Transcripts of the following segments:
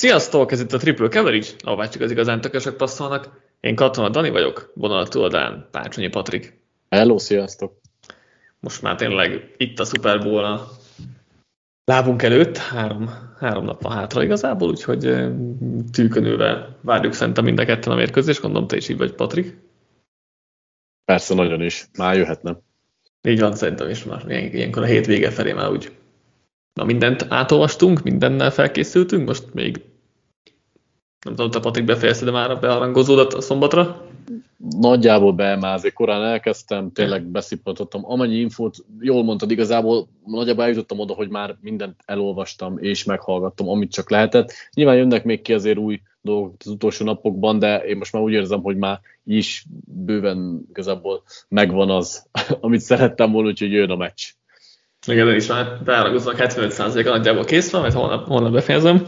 Sziasztok, ez itt a Triple Coverage, ahová csak az igazán tökösök passzolnak. Én Katona Dani vagyok, vonal túloldalán Pácsonyi Patrik. Hello, sziasztok! Most már tényleg itt a Super Bowl a lábunk előtt, három nap van hátra igazából, úgyhogy tűkönülve várjuk szerintem mind a ketten a mérkőzést, gondolom te is így vagy, Patrik. Persze, nagyon is, már jöhetne. Így van, szerintem is már ilyenkor a hétvége felé már úgy. Na, mindent átolvastunk, mindennel felkészültünk, most még nem tudom, te Patrik befejezted, de már a beharangozódat a szombatra? Nagyjából már azért korán elkezdtem, tényleg beszippantottam. Amennyi infót, jól mondtad, igazából nagyjából eljutottam oda, hogy már mindent elolvastam és meghallgattam, amit csak lehetett. Nyilván jönnek még ki azért új dolgok az utolsó napokban, de én most már úgy érzem, hogy már is bőven igazából megvan az, amit szerettem volna, úgyhogy jön a meccs. Igen, én is már beharangoznak 75%-a nagyjából kész van, mert holnap befejezem.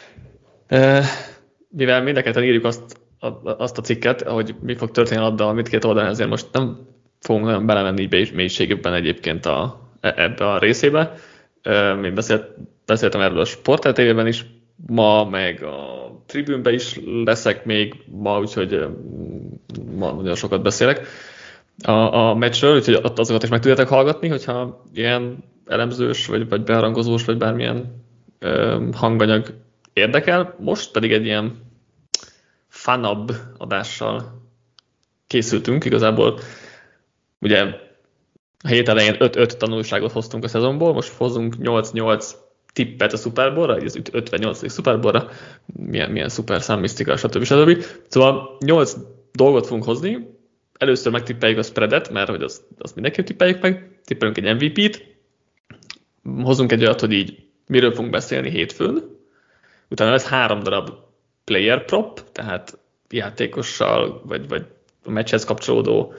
Mivel mind a ketten írjuk azt a cikket, hogy mi fog történni addal mindkét oldalán, ezért most nem fogunk nagyon belemenni mélységükben egyébként ebbe a részébe. Én beszéltem erről a Sport TV-ben is ma, meg a Tribune-ben is leszek még ma, úgyhogy ma nagyon sokat beszélek a meccsről, úgyhogy azokat is meg tudjátok hallgatni, hogyha ilyen elemzős, vagy beharangozós, vagy bármilyen hanganyag érdekel. Most pedig egy ilyen funabb adással készültünk. Igazából ugye a hét elején 5 tanulságot hoztunk a szezonból, most hozunk 8-8 tippet a Super Bowl-ra, az 58. Super Bowl-ra, milyen szuper számmisztika, stb. Szóval 8 dolgot fogunk hozni. Először megtippeljük a spreadet, mert hogy azt mindenképp tippeljük meg. Tippelünk egy MVP-t. Hozunk egy olyat, hogy így miről fogunk beszélni hétfőn. Utána lesz 3 darab player prop, tehát játékossal, vagy a meccshez kapcsolódó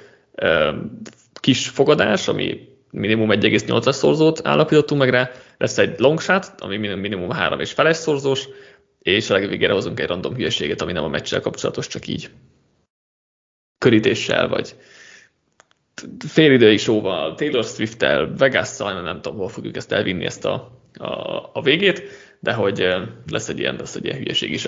kis fogadás, ami minimum 1,8-as szorzót állapítottunk meg rá, lesz egy long shot, ami minimum 3,5-es szorzós, és a legvégére hozunk egy random hülyeséget, ami nem a meccsel kapcsolatos, csak így körítéssel, vagy félidői showval, Taylor Swift-tel, Vegas-szal, nem tudom, hol fogjuk ezt elvinni, ezt a végét, de hogy lesz egy ilyen hülyeség is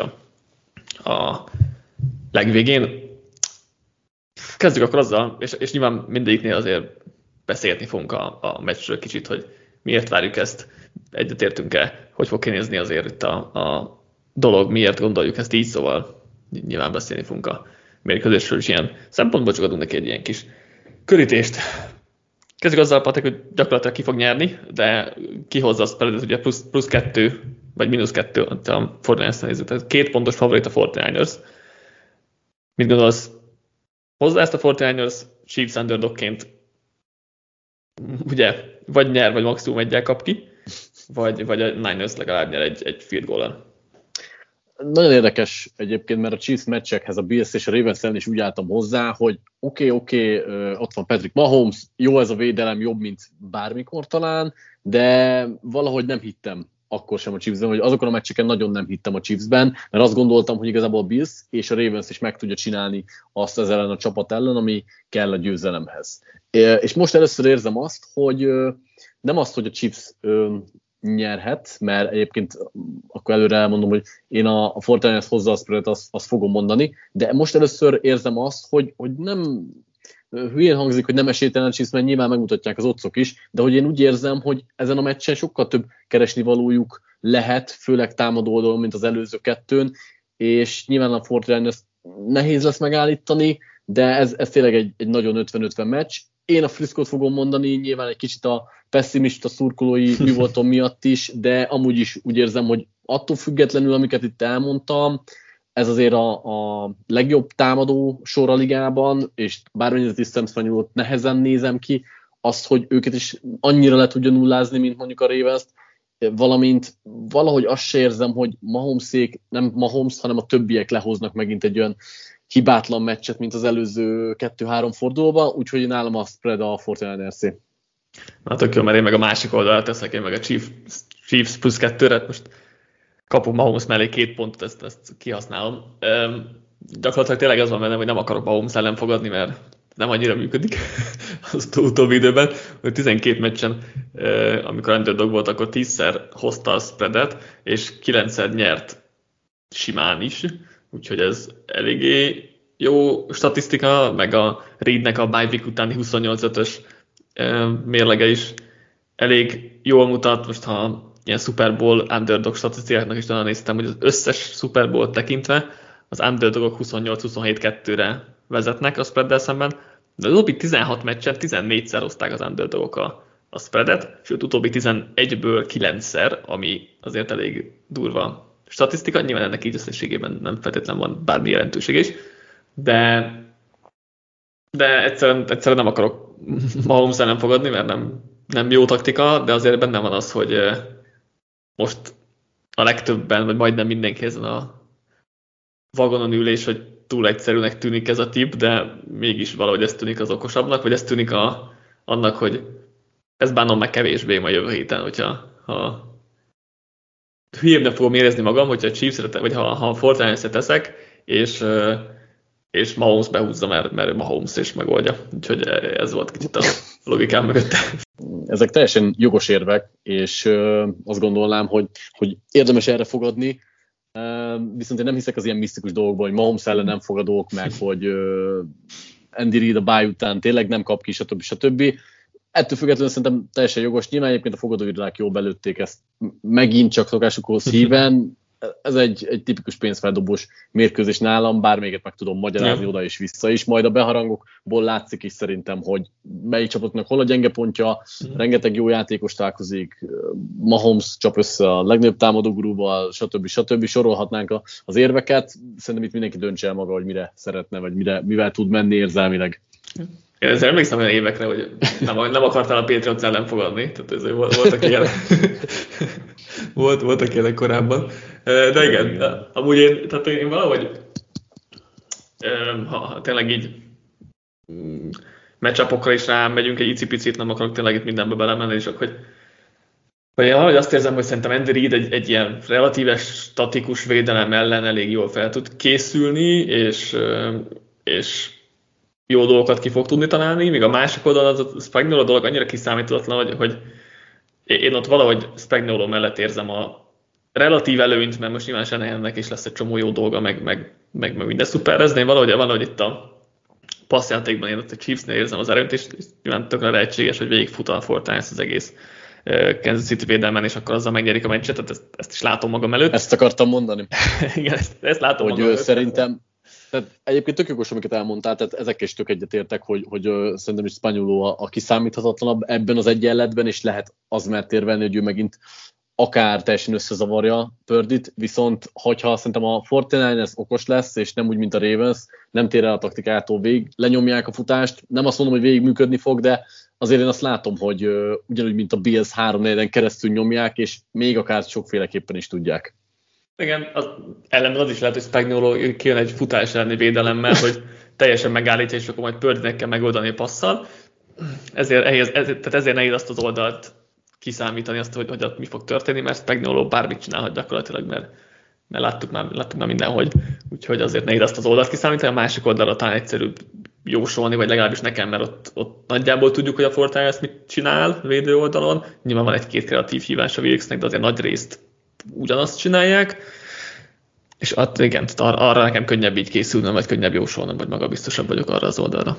a legvégén. Kezdjük akkor azzal, és nyilván mindegyiknél azért beszélgetni fogunk a meccsről kicsit, hogy miért várjuk ezt, egyetértünk-e, hogy fog kinézni azért itt a dolog, miért gondoljuk ezt így, szóval nyilván beszélni fogunk a mérkőzésről is ilyen szempontból, csak adunk neki egy ilyen kis körítést. Kezdjük azzal, Patrik, hogy gyakorlatilag ki fog nyerni, de ki hozza a spreadet, ugye plusz 2, vagy mínusz 2 a 49-en nézzük, tehát 2 pontos favorit a 49ers. Mit gondolsz? Hozzá ezt a 49ers Chiefs underdogként, ugye, vagy nyer, vagy maximum egyel kap ki, vagy a Niners legalább nyer egy field goal-en. Nagyon érdekes egyébként, mert a Chiefs meccsekhez a Bills és a Ravens ellen is úgy álltam hozzá, hogy oké, ott van Patrick Mahomes, jó ez a védelem, jobb, mint bármikor talán, de valahogy nem hittem akkor sem a Chiefsben, hogy azokon a meccseken nagyon nem hittem a Chiefsben, mert azt gondoltam, hogy igazából a Bills és a Ravens is meg tudja csinálni azt az ellen a csapat ellen, ami kell a győzelemhez. És most először érzem azt, hogy nem azt, hogy a Chiefs nyerhet, mert egyébként akkor előre elmondom, hogy én a 49ers hozza a spreadet, azt fogom mondani, de most először érzem azt, hogy nem hülyén hangzik, hogy nem esélytelen a Chiefs, mert nyilván megmutatják az otcok is, de hogy én úgy érzem, hogy ezen a meccsen sokkal több keresnivalójuk lehet, főleg támadó oldalon, mint az előző kettőn, és nyilván a 49ers nehéz lesz megállítani, de ez tényleg egy nagyon 50-50 meccs. Én a Friscót fogom mondani, nyilván egy kicsit a pessimista szurkolói mi voltam miatt is, de amúgy is úgy érzem, hogy attól függetlenül, amiket itt elmondtam, ez azért a legjobb támadó sor a ligában, és bármennyire tisztem Spanyolot nehezen nézem ki, azt, hogy őket is annyira le tudja nullázni, mint mondjuk a Ravens-t, valamint valahogy azt se érzem, hogy Mahomesék, nem Mahomes, hanem a többiek lehoznak megint egy olyan hibátlan meccset, mint az előző 2-3 fordulóban, úgyhogy nálam a spread a 49ers-é. Na tök jó, mert én meg a másik oldalra teszek, én meg a Chiefs plusz 2-re, most kapok Mahomes mellé 2 pontot, ezt kihasználom. Gyakorlatilag tényleg az van bennem, hogy nem akarok Mahomes ellen fogadni, mert nem annyira működik az utóbbi időben, hogy 12 meccsen, amikor underdog volt, akkor 10-szer hozta a spreadet, és 9-szer nyert simán is, úgyhogy ez eléggé jó statisztika, meg a Reednek a bye week utáni 28-5-ös mérlege is elég jól mutat. Most ha ilyen Super Bowl underdog statisztikáknak is talán néztem, hogy az összes Super Bowl tekintve az underdogok 28-27-2-re vezetnek a spreaddel szemben, de az utóbbi 16 meccsen 14-szer hozták az underdogok a spreadet, sőt utóbbi 11-ből 9-szer, ami azért elég durva statisztika, nyilván ennek így összességében nem feltétlenül van bármi jelentőség is, de egyszerűen nem akarok Mahomes ellen fogadni, mert nem jó taktika, de azért benne van az, hogy most a legtöbben, vagy majdnem mindenki ezen a vagonon ülés, hogy túl egyszerűnek tűnik ez a tipp, de mégis valahogy ez tűnik az okosabbnak, vagy ez tűnik annak, hogy ezt bánom meg kevésbé ma jövő héten, hogyha hülyébbnek fogom érezni magam, hogyha a Chiefs-re, vagy ha a Fortnite-re teszek, és Mahomes behúzza, mert Mahomes és megoldja. Úgyhogy ez volt kicsit a logikám mögötte. Ezek teljesen jogos érvek, és azt gondolnám, hogy érdemes erre fogadni, viszont én nem hiszek az ilyen misztikus dolgokban, hogy Mahomes ellen nem fogadok, meg hogy Andy Reid a bye után tényleg nem kap ki, stb. Ettől függetlenül szerintem teljesen jogos. Nyilván egyébként a fogadóirodák jól belőtték ezt megint csak szokásukhoz híven. Ez egy tipikus pénzfeldobós mérkőzés nálam, bármelyiket meg tudom magyarázni oda és vissza is. Majd a beharangokból látszik is szerintem, hogy melyik csapatnak hol a gyenge pontja, rengeteg jó játékos találkozik, Mahomes csap össze a legnagyobb támadó gurúval, stb. Sorolhatnánk az érveket. Szerintem itt mindenki döntse el maga, hogy mire szeretne, vagy mivel tud menni érzelmileg. Én ezzel emlékszem olyan évekre, hogy nem akartál a Patriots ellen fogadni, tehát voltak ilyen, voltak ilyenek korábban. De igen, amúgy én valahogy, ha tényleg így matchupokra is rámegyünk egy icipicit, nem akarok tényleg itt mindenbe belemenni, és akkor hogy én valahogy azt érzem, hogy szerintem Andy Reid egy ilyen relatíve statikus védelem ellen elég jól fel tud készülni, és jó dolgokat ki fog tudni találni, míg a másik oldalon az a Spagnuolo dolog annyira kiszámítatlan, hogy én ott valahogy Spagnuolo mellett érzem a relatív előnyt, mert most nyilván Shanahannek is lesz egy csomó jó dolga, meg minden szuper lesz, de én valahogy itt a passzjátékban én ott a Chiefsnél érzem az erőnt, és nyilván tökre lehetséges, hogy végigfut a Fortnite az egész Kansas City védelmen, és akkor azzal megnyerik a meccset, tehát ezt is látom magam előtt. Ezt akartam mondani. Igen, ezt látom magam előtt. Szerintem tehát egyébként tök jogos, amiket elmondtál, tehát ezekkel is tök egyetértek, hogy szerintem is Spagnuolo a kiszámíthatatlanabb ebben az egyenletben, és lehet az mert érvelni, hogy ő megint akár teljesen összezavarja Purdit, viszont hogyha szerintem a 49ers okos lesz, és nem úgy, mint a Ravens, nem tér el a taktikától végig, lenyomják a futást, nem azt mondom, hogy végig működni fog, de azért én azt látom, hogy ugyanúgy, mint a Bills 3-4-en keresztül nyomják, és még akár sokféleképpen is tudják. Igen, ellenben az is lehet, hogy Spagnuolo kijön egy futás elleni védelemmel, hogy teljesen megállítja, és akkor majd Purdynek kell megoldani a passzal. Ezért nehéz azt az oldalt kiszámítani, azt, hogy ott mi fog történni, mert Spagnuolo bármit csinálhat gyakorlatilag, mert láttuk már mindenhogy. Úgyhogy azért nehéz azt az oldalt kiszámítani, a másik oldalra talán egyszerűbb jósolni, vagy legalábbis nekem, mert ott nagyjából tudjuk, hogy a Fortnite mit csinál védő oldalon. Nyilván van egy-két kreatív hívás a Wilkesnek, de azért nagy részt ugyanazt csinálják, és igen, arra nekem könnyebb így készülnöm, vagy könnyebb jósolnom, vagy magabiztosabb vagyok arra az oldalra.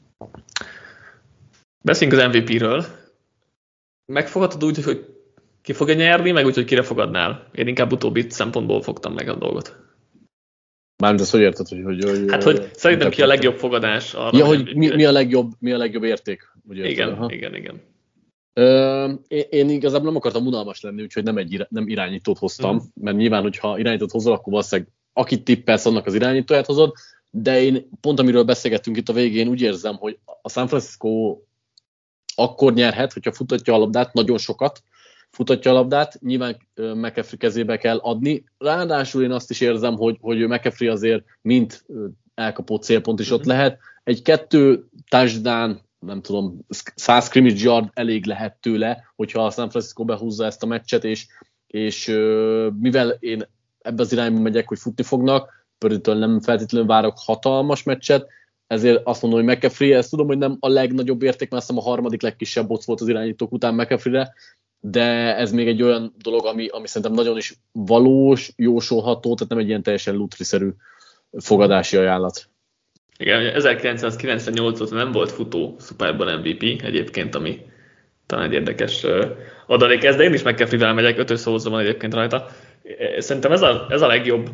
Beszéljünk az MVP-ről. Megfogadtad úgy, hogy ki fogja nyerni, meg úgy, hogy kire fogadnál? Én inkább utóbbi szempontból fogtam meg a dolgot. Mármint ezt hogy érted, hogy hát, hogy szerintem ki a legjobb fogadás arra. Ja, hogy mi a legjobb érték? Ugye Igen. Én igazából nem akartam unalmas lenni, úgyhogy nem irányítót hoztam, mert nyilván, hogyha irányítót hozol, akkor valószínűleg akit tippelsz, annak az irányítóját hozod, de én pont amiről beszélgettünk itt a végén, úgy érzem, hogy a San Francisco akkor nyerhet, hogyha futatja a labdát, nagyon sokat futatja a labdát, nyilván McCaffrey kezébe kell adni, ráadásul én azt is érzem, hogy McCaffrey azért mint elkapó célpont is ott lehet, egy 2 touchdown, nem tudom, 100 scrimmage yard elég lehet tőle, hogyha a San Francisco behúzza ezt a meccset, és mivel én ebbe az irányba megyek, hogy futni fognak, Purdytől nem feltétlenül várok hatalmas meccset, ezért azt mondom, hogy McCaffrey, ezt tudom, hogy nem a legnagyobb érték, mert azt hiszem a harmadik legkisebb boc volt az irányítók után McCaffreyre, de ez még egy olyan dolog, ami szerintem nagyon is valós, jósolható, tehát nem egy ilyen teljesen lutriszerű fogadási ajánlat. Igen, 1998 óta nem volt futó Super Bowl MVP egyébként, ami talán egy érdekes adalék ez, de én is McCaffrey-vel megyek, 5-ös szózó van egyébként rajta. Szerintem ez a legjobb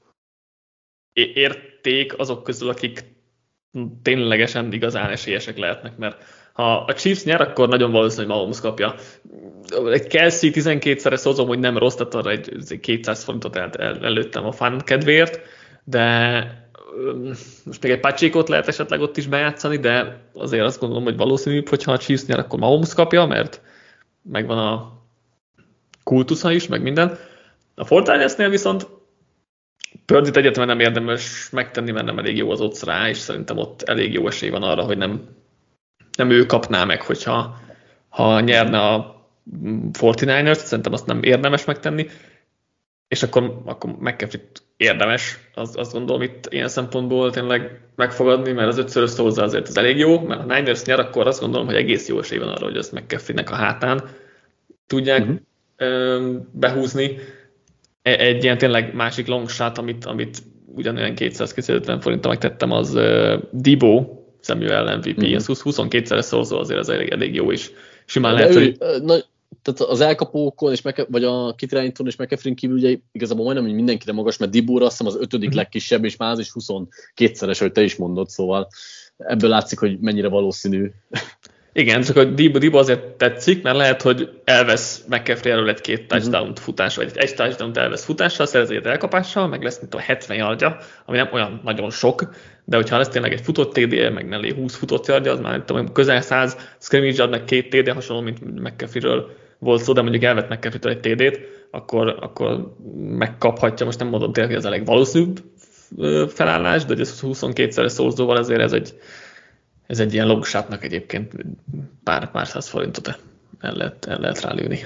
érték azok közül, akik ténylegesen igazán esélyesek lehetnek, mert ha a Chiefs nyer, akkor nagyon valószínű, hogy Mahomes kapja. Egy Kelsey 12-szeres szozom, hogy nem rossz, tehát arra egy 200 forintot előttem a fan kedvéért, de most még egy Pacheco-t lehet esetleg ott is bejátszani, de azért azt gondolom, hogy valószínűbb, hogyha a Chiefs nyer, akkor Mahomes kapja, mert megvan a kultusza is, meg minden. A 49ersnél viszont Purdyt egyetemen nem érdemes megtenni, mert nem elég jó az odds rá, és szerintem ott elég jó esély van arra, hogy nem ő kapná meg, hogyha nyerne a 49ers, szerintem azt nem érdemes megtenni, és akkor McCaffrey-t érdemes, azt gondolom itt ilyen szempontból tényleg megfogadni, mert az 5-szörös hozzá azért ez elég jó, mert ha Niners nyer, akkor azt gondolom, hogy egész jó esély van arra, hogy azt McCaffrey-nek a hátán tudják behúzni. Egy ilyen tényleg másik long shot, amit ugyanolyan 200-250 forinttal megtettem, az Debo Samuel MVP, az 22-szeres szorzó azért az elég jó is. Simán lehet, hogy... Tehát az elkapókon, vagy a kitirányítón és McCaffrey kívül ugye igazából majdnem, hogy mindenkire magas, mert Dibóra azt hiszem az 5. legkisebb, és már az is 22-szeres, ahogy te is mondod, szóval ebből látszik, hogy mennyire valószínű. Igen, csak a Debo azért tetszik, mert lehet, hogy elvesz McCaffrey elől egy-két touchdown futás, vagy egy touchdown elvesz futással, szerez egy elkapással, meg lesz mint a 70 yardja, ami nem olyan nagyon sok, de hogyha lesz tényleg egy futott TD-je, meg mellé 20 futott yardja, az már tudom, közel 100 scrimmage meg 2 TD, hasonló, mint McCaffreyről volt szó, de mondjuk elvett McCaffrey-től egy TD-t, akkor megkaphatja, most nem mondom tényleg, hogy ez a legvalószínűbb felállás, de ez 22-szeres szorzóval ezért ez egy ilyen logsátnak egyébként pár száz forintot el lehet rálőni.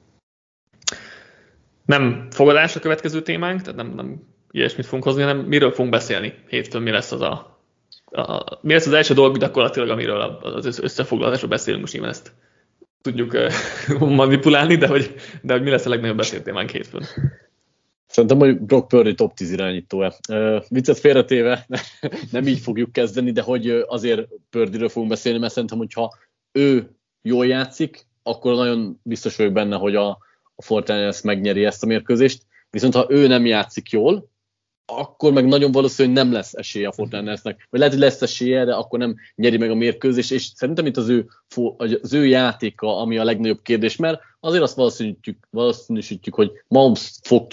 Nem fogadás a következő témánk, tehát nem ilyesmit fogunk hozni, hanem miről fogunk beszélni hétfőn, mi lesz mi lesz az első dolog gyakorlatilag, amiről az összefoglalásról beszélünk, most nyilván ezt tudjuk manipulálni, de hogy mi lesz a legnagyobb beszélt témánk hétfőn. Szerintem, hogy Brock Purdy top 10 irányítója. Viccet félretéve, nem így fogjuk kezdeni, de hogy azért Purdyről fogunk beszélni, mert szerintem, hogyha ő jól játszik, akkor nagyon biztos vagyok benne, hogy a 49ers megnyeri ezt a mérkőzést. Viszont ha ő nem játszik jól, akkor meg nagyon valószínű, hogy nem lesz esélye a 49ersnek. Vagy lehet, hogy lesz esélye, de akkor nem nyeri meg a mérkőzést, és szerintem itt az ő játéka, ami a legnagyobb kérdés, mert azért azt valószínűsítjük, hogy Mahomes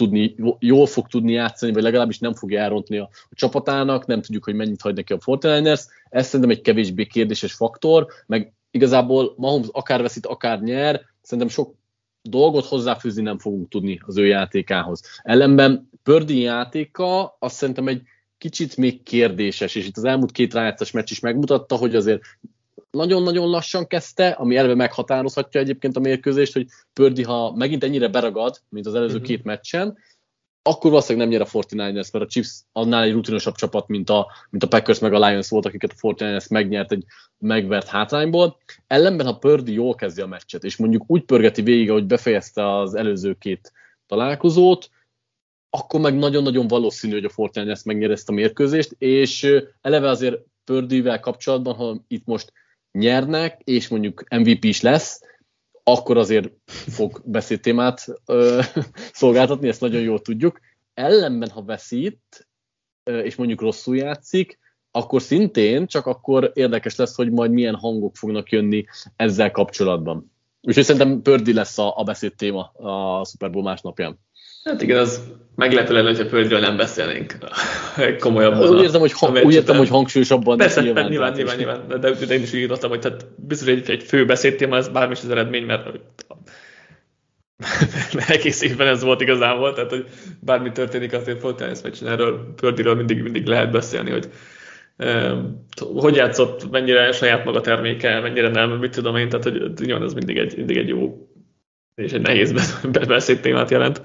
jól fog tudni játszani, vagy legalábbis nem fogja elrontani a csapatának, nem tudjuk, hogy mennyit hagy neki a 49ers. Ez szerintem egy kevésbé kérdéses faktor, meg igazából Mahomes akár veszít, akár nyer, szerintem sok dolgot hozzáfűzni nem fogunk tudni az ő játékához. Ellenben Purdy játéka azt szerintem egy kicsit még kérdéses, és itt az elmúlt 2 rájátszás meccs is megmutatta, hogy azért nagyon-nagyon lassan kezdte, ami eleve meghatározhatja egyébként a mérkőzést, hogy Purdy, ha megint ennyire beragad, mint az előző 2 meccsen, akkor valószínűleg nem nyer a 49ers, mert a Chiefs annál egy rutinosabb csapat, mint a Packers meg a Lions volt, akiket a 49ers megnyert egy megvert hátrányból. Ellenben, ha Purdy jól kezdi a meccset, és mondjuk úgy pörgeti végig, ahogy befejezte az előző 2 találkozót, akkor meg nagyon-nagyon valószínű, hogy a 49ers megnyer ezt a mérkőzést, és eleve azért Purdyvel kapcsolatban, ha itt most nyernek, és mondjuk MVP is lesz, akkor azért fog beszédtémát szolgáltatni, ezt nagyon jól tudjuk. Ellenben, ha veszít, és mondjuk rosszul játszik, akkor szintén, csak akkor érdekes lesz, hogy majd milyen hangok fognak jönni ezzel kapcsolatban. Úgyhogy szerintem Purdy lesz a beszédtéma a Super Bowl másnapján. Hát igen, az meglepő lenne, hogyha Purdyről nem beszélnénk komolyabban. Úgy értem, hogy hangsúlyosabban. Persze, nyilván, de én is úgy írtam, hogy tehát biztos, hogy egy fő beszédtéma, ez bármi is az eredmény, mert egész évben ez volt igazából, tehát hogy bármi történik, azért Fortnite meccsen erről Purdyről mindig lehet beszélni, hogy játszott, mennyire saját maga terméke, mennyire nem, mit tudom én, tehát hogy nyilván ez mindig egy jó és egy nehéz beszédtémát jelent.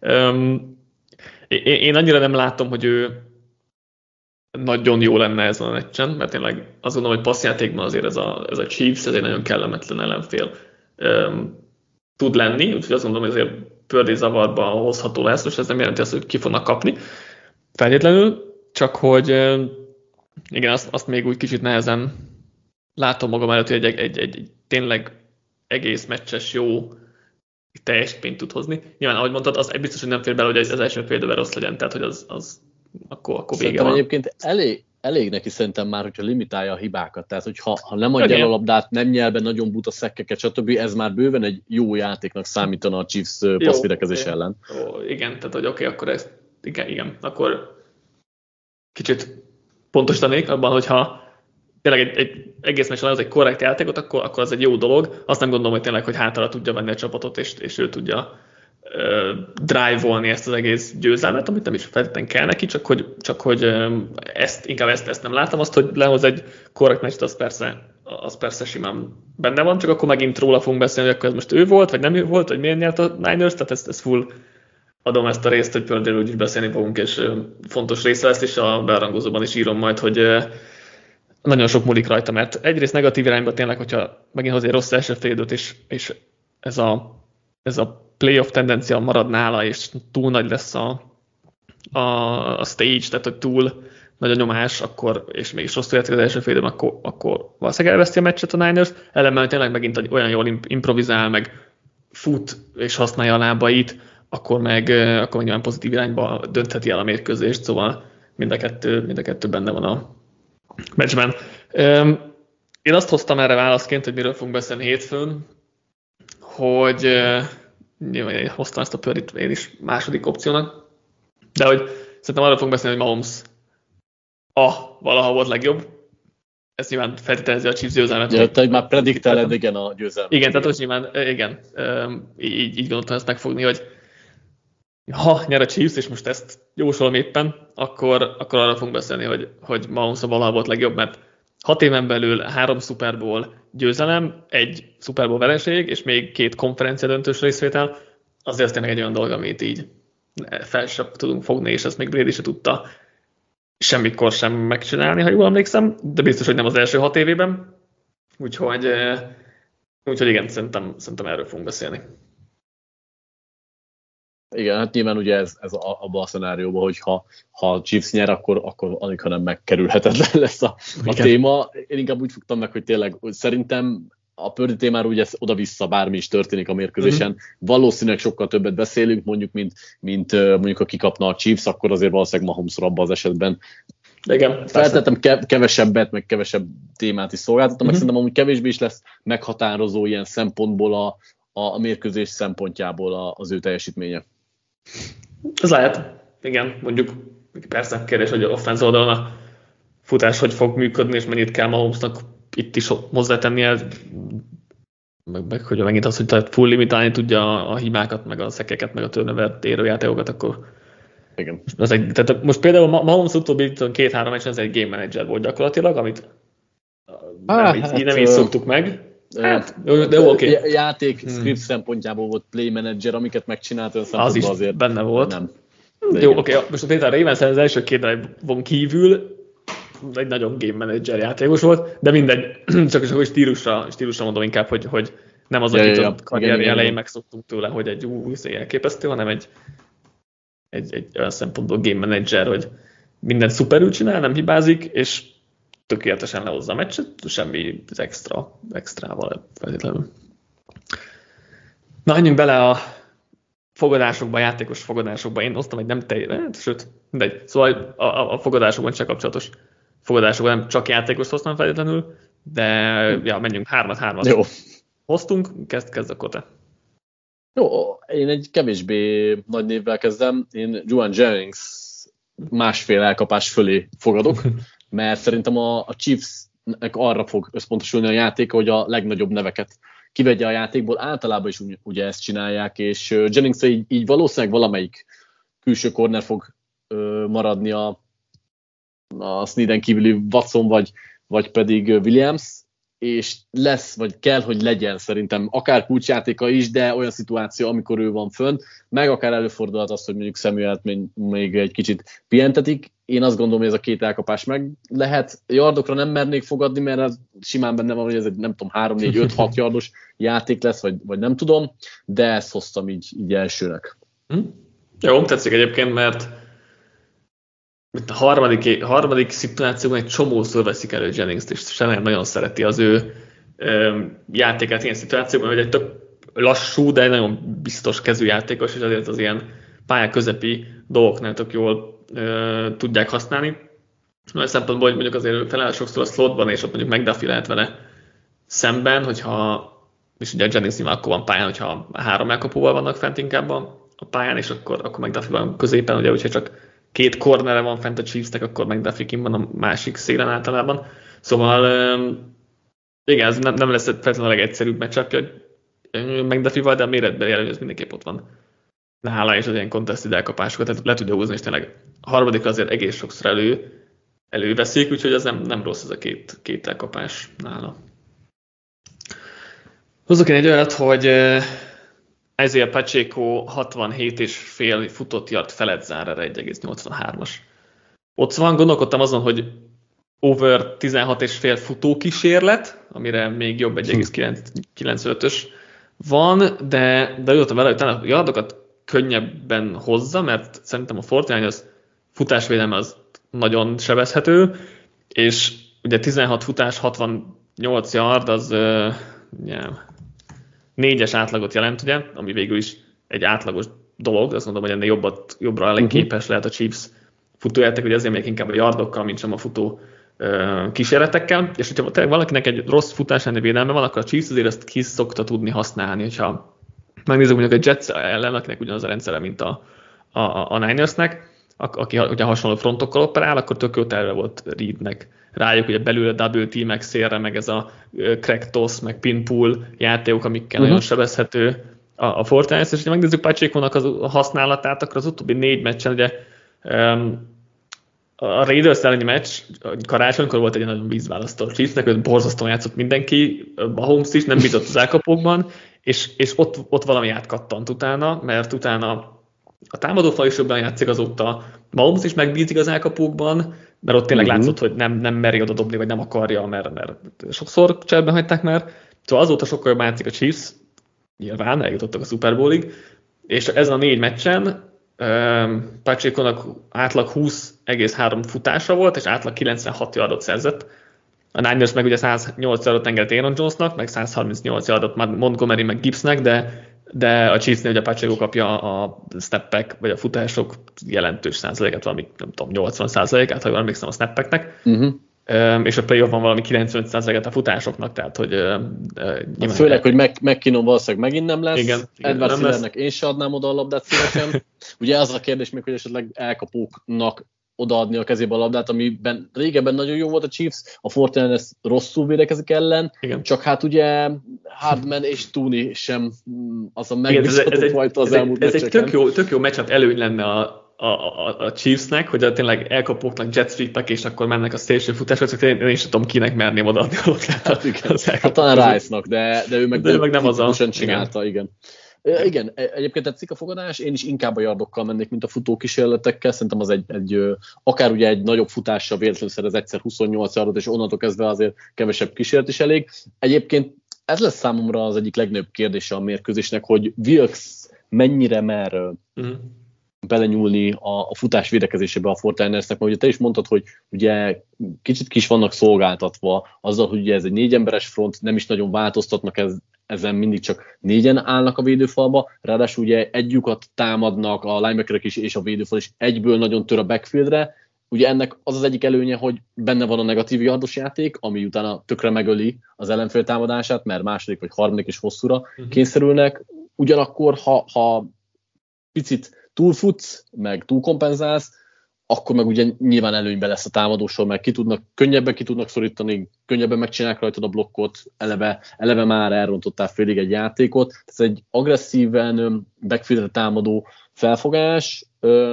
Én annyira nem látom, hogy ő nagyon jó lenne ezen a meccsen, mert tényleg azt gondolom, hogy passzjátékban azért ez a Chiefs, ez egy nagyon kellemetlen ellenfél. tud lenni, úgyhogy azt gondolom, hogy azért Purdy zavarba hozható lesz, és ez nem jelenti azt, hogy ki fognak kapni feltétlenül, csak hogy igen, azt még úgy kicsit nehezen látom magam előtt, hogy egy tényleg egész meccses jó teljesítményt tud hozni. Nyilván, ahogy mondtad, az biztos, hogy nem fér bele, hogy az első fél időben rossz legyen, tehát hogy az akkor vége szerintem van. Egyébként elég neki szerintem már, hogyha limitálja a hibákat. Tehát, hogy ha nem adja el a labdát, nem nyel be nagyon buta szekkeket, stb. Ez már bőven egy jó játéknak számítana a Chiefs passzvédekezés ellen. Igen, tehát hogy oké, akkor ezt igen, akkor kicsit pontosítanék abban, hogyha tényleg egy egész meccsen az egy korrekt játékot, akkor az egy jó dolog. Azt nem gondolom, hogy tényleg, hogy hátra tudja venni a csapatot, és ő tudja drive-olni ezt az egész győzelmet, amit nem is feltétlenül kell neki, csak hogy inkább ezt nem látom. Azt, hogy lehoz egy korrekt meccset, az persze simán benne van, csak akkor megint róla fogunk beszélni, hogy akkor ez most ő volt, vagy nem ő volt, vagy miért nyert a Niners, tehát ez full adom ezt a részt, hogy Purdyről úgyis beszélni fogunk, és fontos része lesz, és a bearangozóban is írom majd, hogy nagyon sok múlik rajta, mert egyrészt negatív irányba tényleg, hogyha megint hozzá egy rossz első fél időt, és ez a playoff tendencia marad nála, és túl nagy lesz a stage, tehát hogy túl nagy a nyomás, és mégis rosszul játszik az első fél időben, akkor valószínűleg elveszti a meccset a Niners, ellenben tényleg megint olyan jól improvizál, meg fut és használja a lábait, akkor meg nyilván pozitív irányba döntheti el a mérkőzést, szóval mind a kettő benne van a meccsben. Én azt hoztam erre válaszként, hogy miről fogunk beszélni hétfőn, hogy nyilván én hoztam ezt a Purdyt én is második opciónak, de hogy szerintem arról fogunk beszélni, hogy Mahomes valaha volt legjobb. Ez nyilván feltételezi a Chiefs győzelmet. Ja, te már prediktáled, igen, a győzelmet. Igen, tehát hogy nyilván, igen, így gondoltam ezt megfogni, hogy ha nyer a Chiefs, és most ezt jósolom éppen, akkor arra fogunk beszélni, hogy Mahomes valaha volt legjobb, mert 6 éven belül 3 Super Bowl győzelem, 1 Super Bowl vereség, és még 2 konferencia döntős részvétel, azért tényleg egy olyan dolog, amit így fel sem tudunk fogni, és ezt még Brady se tudta semmikor sem megcsinálni, ha jól emlékszem, de biztos, hogy nem az első 6 évében. Úgyhogy igen, szerintem erről fogunk beszélni. Igen, hát nyilván ugye ez abban a szenárióban, hogy ha Chiefs nyer, akkor alig, hanem megkerülhetetlen lesz a téma. Én inkább úgy fogtam meg, hogy tényleg szerintem a Purdy témáról ugye oda-vissza bármi is történik a mérkőzésen. Valószínűleg sokkal többet beszélünk, mint mondjuk ha kikapna a Chiefs, akkor azért valószínűleg Mahomesról abban az esetben. Igen, feltettem kevesebbet, meg kevesebb témát is szolgáltattam, meg szerintem amúgy kevésbé is lesz meghatározó ilyen szempontból a mérkőzés szempontjából az ő teljesítménye. Ez lehet, igen, mondjuk persze kérdés, hogy offense oldalon a futás hogy fog működni, és mennyit kell Mahomesnak itt is hozzátennie, meg hogy megint az, hogy tehát full limitálni tudja a hibákat, meg a szekkeket, meg a turnover-t érő játékokat, akkor igen. Tehát most például Mahomes utóbbi 2-3 meccsen ez egy game manager volt gyakorlatilag, amit nem így szoktuk meg. Hát, de oké. Játék script szempontjából volt play manager, amiket megcsinált olyan szempontból az is azért benne volt. Nem. Jó, oké. Most például a Ravens az első 2 drive-on kívül egy nagyon game manager játékos volt, de mindegy, csak stílusra mondom inkább, hogy nem az, akit a karrierje elején megszoktunk tőle, hogy egy új elképesztő, hanem egy olyan szempontból game manager, hogy mindent szuperül csinál, nem hibázik, és tökéletesen lehozza a meccset, semmi extrával feltétlenül. Na, menjünk bele a fogadásokba, játékos fogadásokba. Én hoztam egy nem sőt, mindegy. Szóval a fogadásokban csak kapcsolatos fogadásokban nem csak játékos hoztam feltétlenül, de menjünk 3-3. Jó. Hoztunk, kezd akkor te. Jó, én egy kevésbé nagy névvel kezdem. Én Juwan Jennings másfél elkapás fölé fogadok, mert szerintem a Chiefsnek arra fog összpontosulni a játék, hogy a legnagyobb neveket kivegye a játékból. Általában is ugye ezt csinálják, és Jennings így valószínűleg valamelyik külső corner fog maradni a Sneeden kívüli Watson vagy pedig Williams, és lesz, vagy kell, hogy legyen szerintem akár kulcsjátéka is, de olyan szituáció, amikor ő van fönn, meg akár előfordulhat az, hogy mondjuk Samuelt még egy kicsit pihentetik, én azt gondolom, hogy ez a két elkapás meg lehet. Yardokra nem mernék fogadni, mert ez simán benne van, hogy ez egy nem tudom 3-4-5-6 yardos játék lesz, vagy nem tudom, de ezt hoztam így elsőnek. Jó, tetszik egyébként, mert a harmadik szituációban egy csomószor veszik elő Jennings-t, és Shanahan nagyon szereti az ő játékát ilyen szituációban, hogy egy tök lassú, de egy nagyon biztos kezű játékos, és azért az ilyen pályák közepi dolgoknál tök jól tudják használni. Olyan szempontból, hogy mondjuk azért feláll sokszor a slotban, és ott mondjuk McDuffie lehet vele szemben, hogyha, és ugye Jennings nyilván akkor van pályán, hogyha 3 elkapóval vannak fent inkább a pályán, és akkor McDuffie van középen, ugye, úgyhogy csak 2 cornerre van fent a Chiefsnek, akkor McDuffie kim van a másik szélen általában. Szóval igen, ez nem lesz feltétlenül a legegyszerűbb matchup McDuffie-val, de a méretben jelölő, mindenképp ott van nála, és az ilyen contested elkapásokat tehát le tudja húzni, és tényleg a harmadikra azért egész sokszor előveszik, úgyhogy ez nem rossz ez a két elkapás nála. Hozzuk én egy olyat, hogy Isaiah Pacheco 67,5 futott yard felett zár erre 1,83-as. Ott van, gondolkodtam azon, hogy over 16,5 futókísérlet, amire még jobb 1,95-ös van, de jöttem vele, hogy talán a yardokat könnyebben hozza, mert szerintem a Fortnite az futásvédelme az nagyon sebezhető, és ugye 16 futás, 68 yard, az 4-es átlagot jelent, ugye, ami végül is egy átlagos dolog, azt mondom, hogy ennél jobbra elég képes lehet a Chiefs futójáték, ugye azért még inkább a yardokkal, mint sem a futó kísérletekkel, és hogyha tényleg valakinek egy rossz futás elleni védelme van, akkor a Chiefs azért ezt ki szokta tudni használni, hogyha megnézzük mondjuk a Jets ellen, akinek ugyanaz a rendszere, mint a Ninersnek, aki ugye hasonló frontokkal operál, akkor tök jó terve volt Reednek rájuk, ugye belül a double teamek szélre, meg ez a crack toss, meg pinpool játékok, amikkel nagyon sebezhető a Fortnite, és ha megnézzük Pacheco-nak a használatát, akkor az utóbbi 4 meccsen, ugye a Raiders elleni meccs karácsonykor volt egy nagyon vízválasztó Chiefsnek, őt borzasztóan játszott mindenki, Mahomes is nem bízott az elkapókban, és ott valami átkattant utána, mert utána a támadófal is jobban játszik, azóta Mahomes is megbízik az elkapókban, mert ott tényleg látszott, hogy nem meri oda dobni, vagy nem akarja, mert sokszor cserben hagyták már. Szóval azóta sokkal jobban játszik a Chiefs, nyilván eljutottak a Super Bowlig, és ezen a 4 meccsen Pacheco-nak átlag 20,3 futása volt, és átlag 96 yardot szerzett. A Niners meg ugye 108 yardot engedett Aaron Jonesnak, meg 138 yardot Montgomery meg Gibbsnek, de a Chiefsnél ugye Pacheco kapja a snappek, vagy a futások jelentős százalékát, valami nem tudom, 80%-át, ha jól emlékszem a snappeknek, és a playoffban valami 95%-át a futásoknak, tehát hogy főleg, hogy McKinnon valószínűleg megint nem lesz, igen, Edward Hillernek én se adnám oda a labdát szívesen. Ugye az a kérdés még, hogy esetleg elkapóknak odaadni a kezébe a labdát, amiben régebben nagyon jó volt a Chiefs, a Fortnite rosszul védekezik ellen, igen. Csak hát ugye Hardman és Tooney sem az a megbízható fajta az elmúlt meccseken. Ez egy tök jó matchup elő lenne a Chiefsnek, hogy tényleg elkapóknak jet sweepek, és akkor mennek a szélső futásra, csak én is tudom, kinek merném odaadni a labdát. Hát talán Rice-nak, de ő meg nem az csinálta, igen. Igen, egyébként tetszik a fogadás, én is inkább a yardokkal mennék, mint a futókísérletekkel, szerintem az akár ugye egy nagyobb futással véletlenül szerez egyszer 28 yardot, és onnantól kezdve azért kevesebb kísérlet is elég. Egyébként ez lesz számomra az egyik legnagyobb kérdése a mérkőzésnek, hogy Wilkes mennyire mer belenyúlni a futás védekezésébe a 49ersnek, mert ugye te is mondtad, hogy ugye kicsit kis vannak szolgáltatva azzal, hogy ugye ez egy 4 emberes front, nem is nagyon változtatnak ezen mindig csak 4-en állnak a védőfalba, ráadásul ugye egy lyukat támadnak a linebackerek is, és a védőfal is egyből nagyon tör a backfieldre. Ugye ennek az egyik előnye, hogy benne van a negatív yardos játék, ami utána tökre megöli az ellenfél támadását, mert második vagy harmadik és hosszúra kényszerülnek. Ugyanakkor, ha picit túlfutsz, meg túlkompenzálsz, akkor meg ugye nyilván előnyben lesz a támadósor, meg könnyebben ki tudnak szorítani, könnyebben megcsinálják rajtad a blokkot, eleve már elrontottál félig egy játékot. Ez egy agresszíven backfieldre támadó felfogás.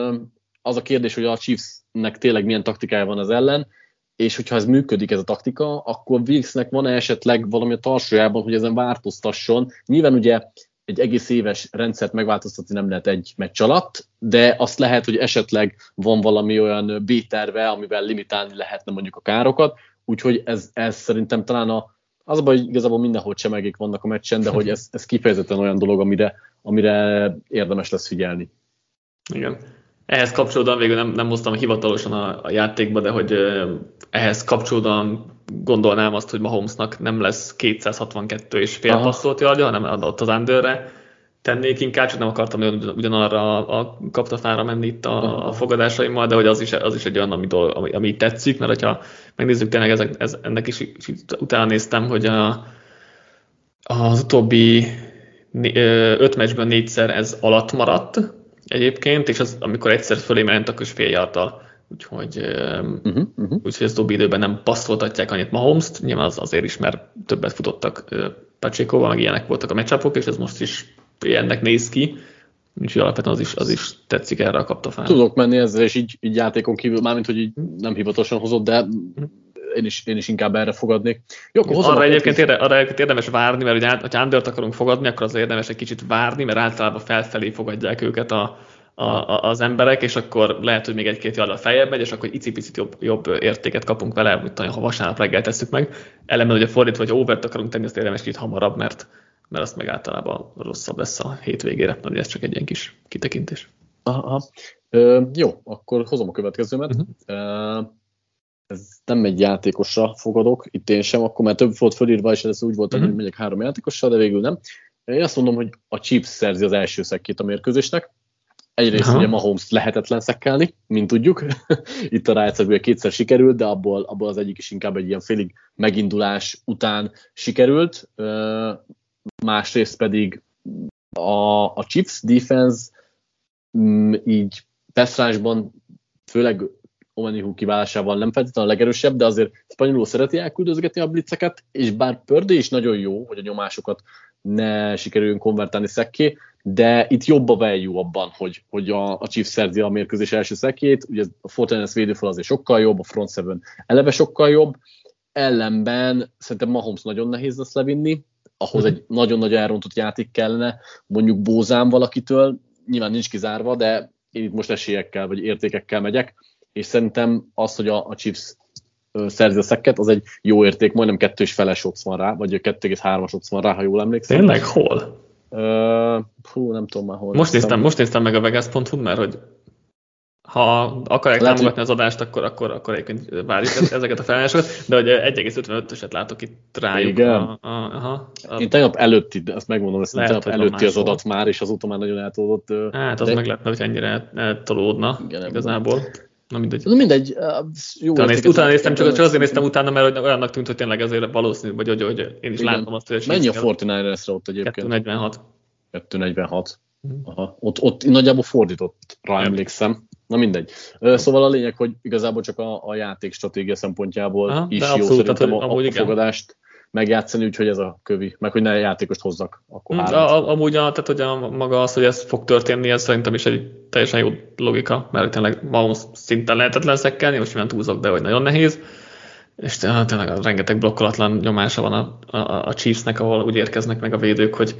Az a kérdés, hogy a Chiefsnek tényleg milyen taktikája van az ellen, és hogyha ez működik, ez a taktika, akkor Wilkesnek van esetleg valami a tarsójában, hogy ezen változtasson. Nyilván ugye egy egész éves rendszert megváltoztatni nem lehet egy meccs alatt, de azt lehet, hogy esetleg van valami olyan B-terve, amivel limitálni lehetne mondjuk a károkat, úgyhogy ez szerintem talán az a baj, hogy igazából mindenhol csemegék vannak a meccsen, de hogy ez kifejezetten olyan dolog, amire érdemes lesz figyelni. Igen. Ehhez kapcsolódóan végül nem hoztam hivatalosan a játékba, de hogy ehhez kapcsolódóan gondolnám azt, hogy Mahomesnak nem lesz 262,5 passzolt yardja, hanem ott az underre tennék inkább, csak nem akartam ugyanarra a kaptafára menni itt a fogadásaimmal, de hogy az is egy olyan, ami tetszik, mert hogyha megnézzük tényleg ennek is utána néztem, hogy az utóbbi 5 meccsből 4-szer ez alatt maradt egyébként, és amikor egyszer fölé ment, akkor is fél yarddal. Úgyhogy az utóbbi időben nem passzoltatják annyit Mahomes-t, nyilván azért is, mert többet futottak Pacheco-val, meg ilyenek voltak a matchupok, és ez most is ilyennek néz ki, úgyhogy alapvetően az is tetszik erre a kaptafára. Tudok menni ezzel, és így játékon kívül, mármint, hogy így nem hivatalosan hozott, de én is inkább erre fogadnék. Jó, arra egyébként érdemes várni, mert ugye, ha undert akarunk fogadni, akkor az érdemes egy kicsit várni, mert általában felfelé fogadják őket az emberek, és akkor lehet, hogy még egy-két yarddal feljebb megy, és akkor icipicit jobb értéket kapunk vele, ha vasárnap reggel tesszük meg. Ellenben, hogy fordítva, hogy overt akarunk tenni, azt érdemes kicsit hamarabb, mert azt meg általában rosszabb lesz a hétvégére. De ez csak egy ilyen kis kitekintés. Jó, akkor hozom a következőmet. Ez nem egy játékosra fogadok, itt én sem, akkor már több volt fölírva, és ez úgy volt, hogy megyek 3 játékossal, de végül nem. Én azt mondom, hogy a Chiefs szerzi az első szekkét a mérkőzésnek. Egyrészt ugye Mahomes lehetetlen szekkelni, mint tudjuk. Itt a rájegyszerűen 2-szer sikerült, de abból az egyik is inkább egy ilyen félig megindulás után sikerült. Másrészt pedig a Chiefs defense így pass-rushban, főleg Omenihu kiválásával nem feltétlenül a legerősebb, de azért spanyolul szereti elküldözgetni a blitzeket, és bár Purdy is nagyon jó, hogy a nyomásokat ne sikerüljön konvertálni szekké, de itt jobb a value abban, hogy a Chiefs szerzi a mérkőzés első szekkét, ugye a Fortiners védőfal azért sokkal jobb, a front seven eleve sokkal jobb, ellenben szerintem Mahomes nagyon nehéz lesz levinni, ahhoz egy nagyon-nagyon elrontott játék kellene, mondjuk Bózán valakitől, nyilván nincs kizárva, de én itt most esélyekkel vagy értékekkel megyek, és szerintem az, hogy a Chiefs szerzi a szekket, az egy jó érték, majdnem 2,5-es odds van rá, vagy 2,3-as odds van rá, ha jól emlékszem. Tényleg? Hol? Nem tudom már hol. Most néztem meg a Vegas.hu, mert hogy ha akarják támogatni az adást, akkor egyébként várjuk ezeket a felajánlásokat, de hogy 1,55-öset látok itt rájuk. Igen. Én tegnap előtti, de azt megmondom, ezt tegnap előtti az adat már, és azóta már nagyon eltolódott. Hát az meglepne, hogy ennyire eltolódna igazából. Na mindegy. Jó, utána néztem, csak azért néztem utána, mert olyannak tűnt, hogy tényleg azért valószínű, vagy hogy én is látom azt, hogy... Mennyi a 49-re ott egyébként? 2,46. 2,46. Aha. Ott nagyjából fordítottra emlékszem. Na mindegy. Szóval a lényeg, hogy igazából csak a játék stratégia szempontjából is jó szerintem a fogadást megjátszani, úgyhogy ez a kövi, meg hogy ne játékost hozzak, akkor amúgy, tehát hogy maga az, hogy ez fog történni, ez szerintem is egy teljesen jó logika, mert tényleg Mahomes szinten lehetetlen szekkelni, most milyen túlzok, de hogy nagyon nehéz, és tényleg rengeteg blokkolatlan nyomása van a Chiefsnek, ahol úgy érkeznek meg a védők, hogy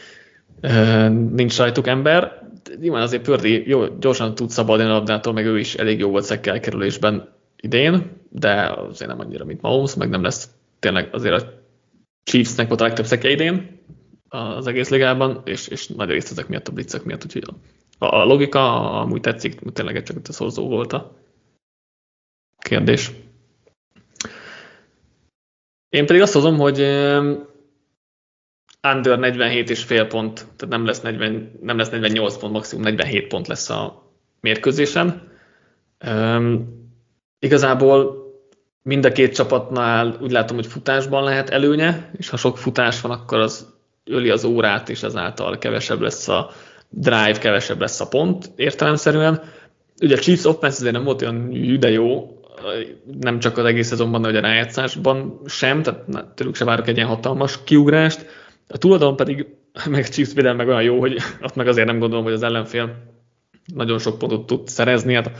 nincs rajtuk ember. Nyilván azért Purdy gyorsan tud szabadulni a labdától, meg ő is elég jó volt szekkelkerülésben idén, de azért nem annyira, mint Mahomes, meg nem lesz tényleg azért a Chiefsnek volt a legtöbb szekje idén az egész ligában, és nagy részt ezek miatt a blitzek miatt, úgyhogy a logika amúgy tetszik, tényleg csak itt a szorzó volt a kérdés. Én pedig azt hozom, hogy under 47,5 pont, tehát nem lesz 48 pont, maximum 47 pont lesz a mérkőzésen. Igazából mind a két csapatnál úgy látom, hogy futásban lehet előnye, és ha sok futás van, akkor az öli az órát, és ezáltal kevesebb lesz a drive, kevesebb lesz a pont értelemszerűen. Ugye a Chiefs offense azért nem volt olyan de jó, nem csak az egész szezonban, de a rájátszásban sem, tehát tőlük se várok egy ilyen hatalmas kiugrást. A túloldalon pedig meg a Chiefs védelme meg olyan jó, hogy azt meg azért nem gondolom, hogy az ellenfél nagyon sok pontot tud szerezni. Hát,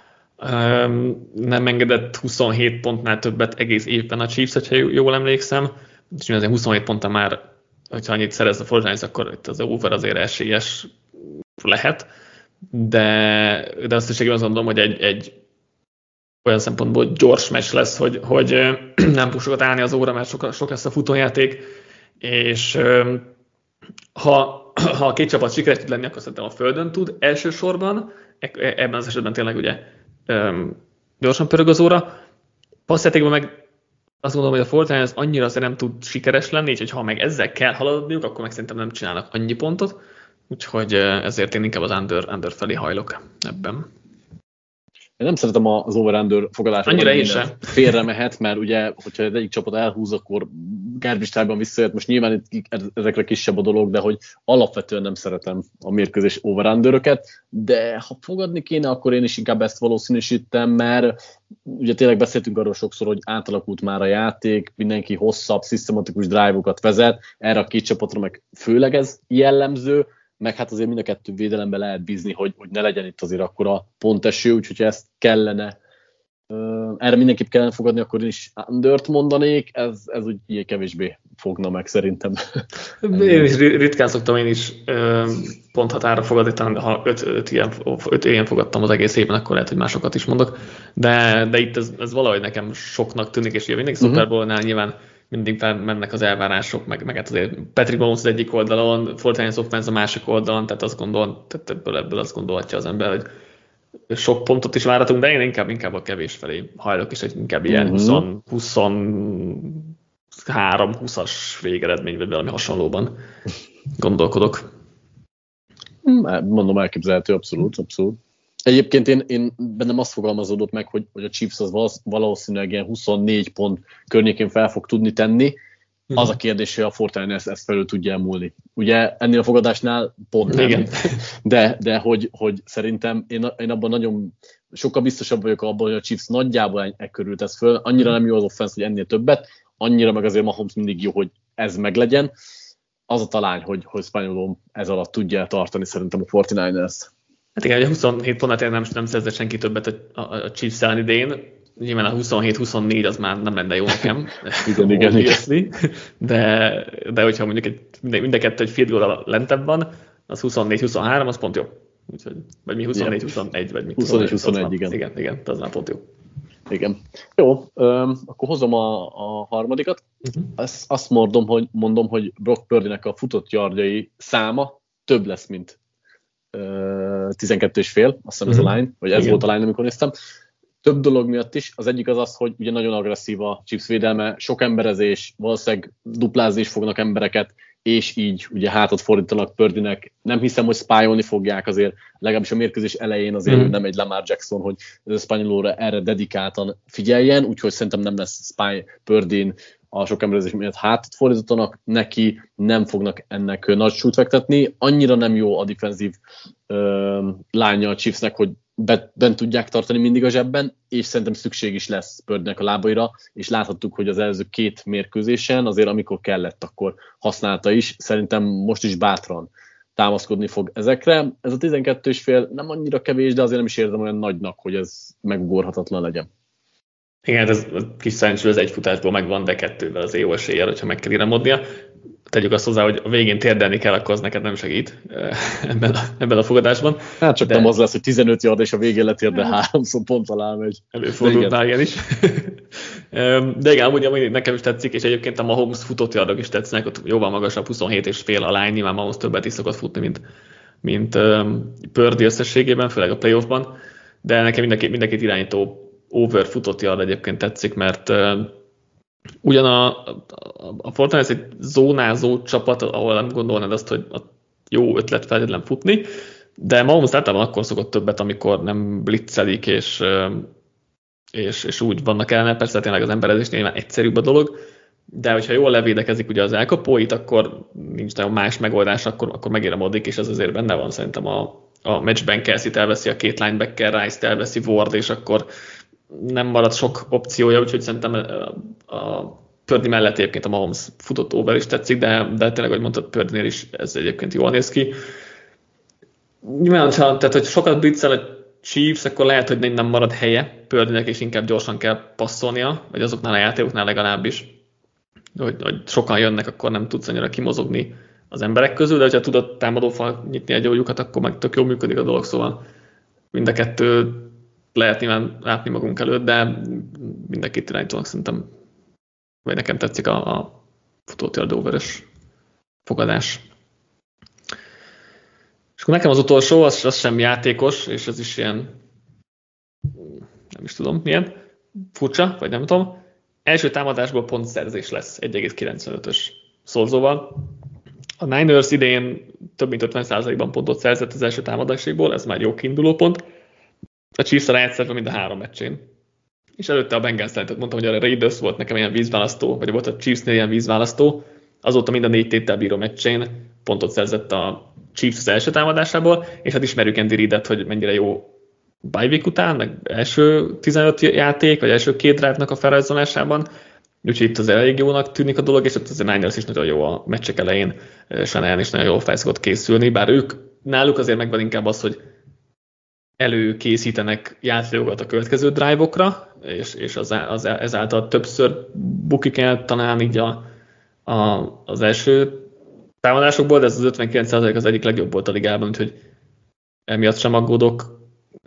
nem engedett 27 pontnál többet egész évben a Chiefs, ha jól emlékszem, és azért 27 ponttal már hogyha annyit szerez a 49ers, akkor itt az over azért esélyes lehet, de összességében azt gondolom, hogy egy olyan szempontból gyors meccs lesz, hogy nem fog sokat állni az óra, mert sok lesz a futójáték, és ha a két csapat sikeres tud lenni, akkor szerintem a földön tud elsősorban, ebben az esetben tényleg ugye gyorsan pörög az óra. Passzjátékban meg azt gondolom, hogy a 49ers annyira azért nem tud sikeres lenni, és ha meg ezzel kell haladniuk, akkor meg szerintem nem csinálnak annyi pontot, úgyhogy ezért én inkább az under felé hajlok ebben. Én nem szeretem az over-under fogadást. Annyira én sem. Félre mehet, mert ugye, hogyha egy egyik csapat elhúz, akkor garbage time-ban visszajött. Most nyilván ezekre kisebb a dolog, de hogy alapvetően nem szeretem a mérkőzés over-underöket, de ha fogadni kéne, akkor én is inkább ezt valószínűsítem, mert ugye tényleg beszéltünk arról sokszor, hogy átalakult már a játék, mindenki hosszabb, szisztematikus drive-okat vezet, erre a két csapatra meg főleg ez jellemző, meg hát azért mind a kettő védelemben lehet bízni, hogy ne legyen itt azért akkora ponteső, úgyhogy ezt kellene, erre mindenképp kellene fogadni, akkor én is undert mondanék, ez úgy ilyen kevésbé fogna meg szerintem. Én is ritkán szoktam én is ponthatára fogadni, talán ha 5 ilyen fogadtam az egész évben, akkor lehet, hogy másokat is mondok, de itt ez valahogy nekem soknak tűnik, és ugye mindig Super Bowl-nál nyilván mindig mennek az elvárások, meg hát azért Patrick Mahomes az egyik oldalon, 49ers offense a másik oldalon, tehát ebből azt gondolhatja az ember, hogy sok pontot is várhatunk, de én inkább a kevés felé hajlok, és inkább ilyen 23-20-as végeredmény, vagy valami hasonlóban gondolkodok. Mondom, elképzelhető, abszolút. Egyébként én bennem azt fogalmazódott meg, hogy a Chiefs az valószínűleg ilyen 24 pont környékén fel fog tudni tenni. Az a kérdés, hogy a 49ers ezt felül tudja elmúlni. Ugye ennél a fogadásnál pont nem. Igen. De hogy szerintem én abban nagyon sokkal biztosabb vagyok abban, hogy a Chiefs nagyjából körül tesz föl. Annyira nem jó az offense, hogy ennél többet, annyira meg azért Mahomes mindig jó, hogy ez meglegyen. Az a talány, hogy Spaniolom ez alatt tudja tartani szerintem a 49ers. Hát igen, 27 pontnál nem szerzett senki többet a Chiefs ellen idén. Nyilván a 27-24 az már nem lenne jó nekem. igen. De hogyha mondjuk mind a kettő egy field goal lentebb van, az 24-23, az pont jó. Úgyhogy, vagy mi 24-21, vagy mi? 24-21, igen. Igen, az már pont jó. Igen. Jó, akkor hozom a harmadikat. Azt mondom, hogy Brock Purdynek a futott yardjai száma több lesz, mint 12,5, azt hiszem ez a line, vagy ez volt a line, amikor néztem. Több dolog miatt is. Az egyik az, hogy ugye nagyon agresszív a Chiefs védelme, sok emberezés, valószínűleg duplázni is fognak embereket, és így ugye hátat fordítanak Purdynek. Nem hiszem, hogy spájolni fogják azért, legalábbis a mérkőzés elején azért nem egy Lamar Jackson, hogy Spaniolóra erre dedikáltan figyeljen, úgyhogy szerintem nem lesz spy Purdyn a sok emberezés miatt hátat fordítanak neki, nem fognak ennek nagy súlyt fektetni. Annyira nem jó a defenzív lánya a Chiefsnek, hogy bent tudják tartani mindig a zsebben, és szerintem szükség is lesz Purdynek a lábaira, és láthattuk, hogy az előző 2 mérkőzésen azért amikor kellett, akkor használta is. Szerintem most is bátran támaszkodni fog ezekre. Ez a 12,5 nem annyira kevés, de azért nem is érzem olyan nagynak, hogy ez megugorhatatlan legyen. Igen, ez kis szerencsül az egy futásból megvan, de 2-vel az jó eséllyel, hogyha meg kell iramodnia. Tegyük azt hozzá, hogy a végén térdelni kell, akkor az neked nem segít ebben a fogadásban. Hát csak nem az lesz, hogy 15 yard és a végén letérdel 3-szor pont alá megy. Előfordult már ilyen is. De igen, amúgy nekem is tetszik, és egyébként a Mahomes futott yardok is tetszenek, ott jóval magasabb, 27,5 a line, nyilván Mahomes többet is szokott futni, mint Purdy összességében, főleg a playoffban, de nekem mind a két irányító over futott yard egyébként tetszik, mert ugyan a Fortnite egy zónázó csapat, ahol nem gondolnád azt, hogy jó ötlet feltétlenül futni, de Mahomes általában akkor szokott többet, amikor nem blitzelik, és úgy vannak ellene. Persze tényleg az emberezésnél nyilván egyszerűbb a dolog, de hogyha jól levédekezik ugye az elkapóit, akkor nincs nagyon más megoldás, akkor megiramodik, és ez azért benne van szerintem a matchben. Kelsey-t elveszi a 2 linebacker, Rice-t elveszi Ward, és akkor nem marad sok opciója, úgyhogy szerintem a Purdy mellett egyébként a Mahomes futott over is tetszik, de tényleg, ahogy mondtad, Purdynél is ez egyébként jól néz ki. Nyilván, tehát, hogy sokat blitzel a Chiefs, akkor lehet, hogy nem marad helye Purdynek, és inkább gyorsan kell passzolnia, vagy azoknál a játékoknál legalábbis. hogy sokan jönnek, akkor nem tudsz annyira kimozogni az emberek közül, de ha tudod támadófal nyitni egy ójukat, akkor meg tök jól működik a dolog, szóval mind a kettő lehet nyilván látni magunk előtt, de mind a két irányítónak szerintem, vagy nekem tetszik a futótérd-overes fogadás. És akkor nekem az utolsó, az sem játékos, és ez is ilyen, nem is tudom milyen, furcsa, vagy nem tudom. Első támadásból pontszerzés lesz 1,95-ös szorzóval. A Niners idén több mint 50%-ban pontot szerzett az első támadásokból, ez már jó kiinduló pont. A Chiefs-re egyszerre mind a 3 meccsén. És előtte a Bengals tehát mondtam, hogy a Raiders volt nekem ilyen vízválasztó, vagy volt a Chiefs-nél ilyen vízválasztó. Azóta mind a 4 téttel bíró meccsén pontot szerzett a Chiefs az első támadásából, és hát ismerjük Andy Reidet, hogy mennyire jó bye week után, meg első 15 játék, vagy első 2 drive-nak a felrajzolásában. Úgyhogy itt az elég jónak tűnik a dolog, és ott az a Niners is nagyon jó a meccsek elején, Shanahan is nagyon jól fel szokott készülni, bár náluk azért megvan inkább az, hogy előkészítenek játékokat a következő drive-okra, és ezáltal többször bukik el talán így az első támadásokból, de ez az 59% az egyik legjobb volt a ligában, úgyhogy emiatt sem aggódok.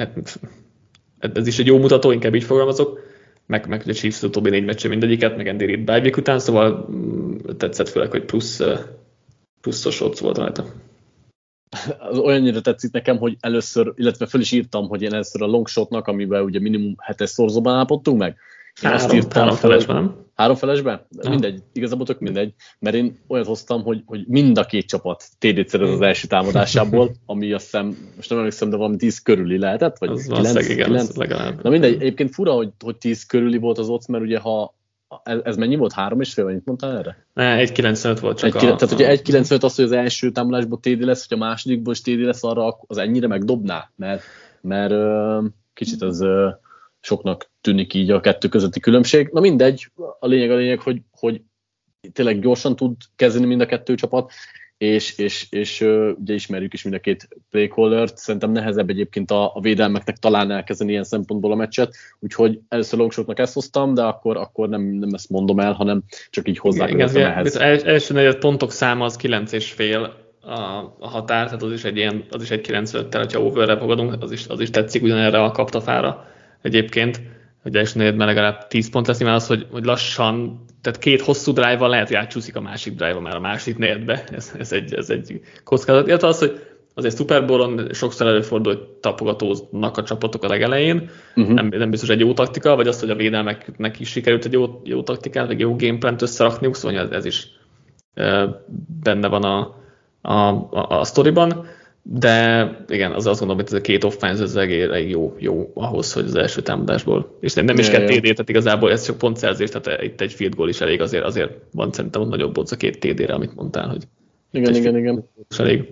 Ez is egy jó mutató, inkább így fogalmazok, meg a Chiefs utóbbi 4 meccse mindegyiket, meg Andy Reid bye week után, szóval tetszett főleg, hogy pluszos odds volt rajta. Az olyannyira tetszik nekem, hogy először, illetve föl is írtam, hogy én először a longshotnak, amiben ugye minimum 7-es szorzóban állapodtunk meg. 3 felesben, nem? 3 felesben? Mindegy, igazából tök mindegy, mert én olyat hoztam, hogy mind a 2 csapat TD-t szerez az első támadásából, ami azt hiszem, most nem emlékszem, de valami 10 körüli lehetett, vagy 9? Legalább. Na mindegy, egyébként fura, hogy 10 körüli volt az odds, mert ugye ha ez mennyi volt? 3,5, mennyit mondtál erre? 1,95 volt csak Tehát hogyha 1,95 az, hogy az első támadásból TD lesz, hogyha a másodikból is TD lesz, arra az ennyire megdobná, mert kicsit az soknak tűnik így a kettő közötti különbség. Na mindegy, a lényeg, hogy tényleg gyorsan tud kezdeni mind a 2 csapat, és ugye ismerjük is mind a 2 playcallert, szerintem nehezebb egyébként a védelmeknek talán elkezdeni ilyen szempontból a meccset, úgyhogy először longshotnak ezt hoztam, de akkor nem ezt mondom el, hanem csak így hozzákövettem ehhez. Az első negyed pontok száma az 9,5 a határ, tehát az is egy 95-tel, hogyha overre fogadunk, az is tetszik ugyanerre a kaptafára egyébként, hogy első negyedben legalább 10 pont lesz, nyilván az, hogy lassan, tehát 2 hosszú drive-val lehet, hogy átcsúszik a másik drive-val már a másik negyedbe, ez egy kockázat. Illetve az, hogy azért Super Bowl-on sokszor előfordul, hogy tapogatóznak a csapatok a legelején, nem biztos egy jó taktika, vagy az, hogy a védelmeknek is sikerült egy jó taktikát, vagy jó gameplant összerakniuk, szóval ez is benne van a sztoriban. De igen, azt gondolom, hogy ez a 2 offense ez elég jó ahhoz, hogy az első támadásból. És nem is kell TD, tehát igazából ez csak pontszerzés, tehát itt egy field goal is elég, azért van szerintem nagyobb odds a 2 TD-re, amit mondtál, hogy igen. Elég.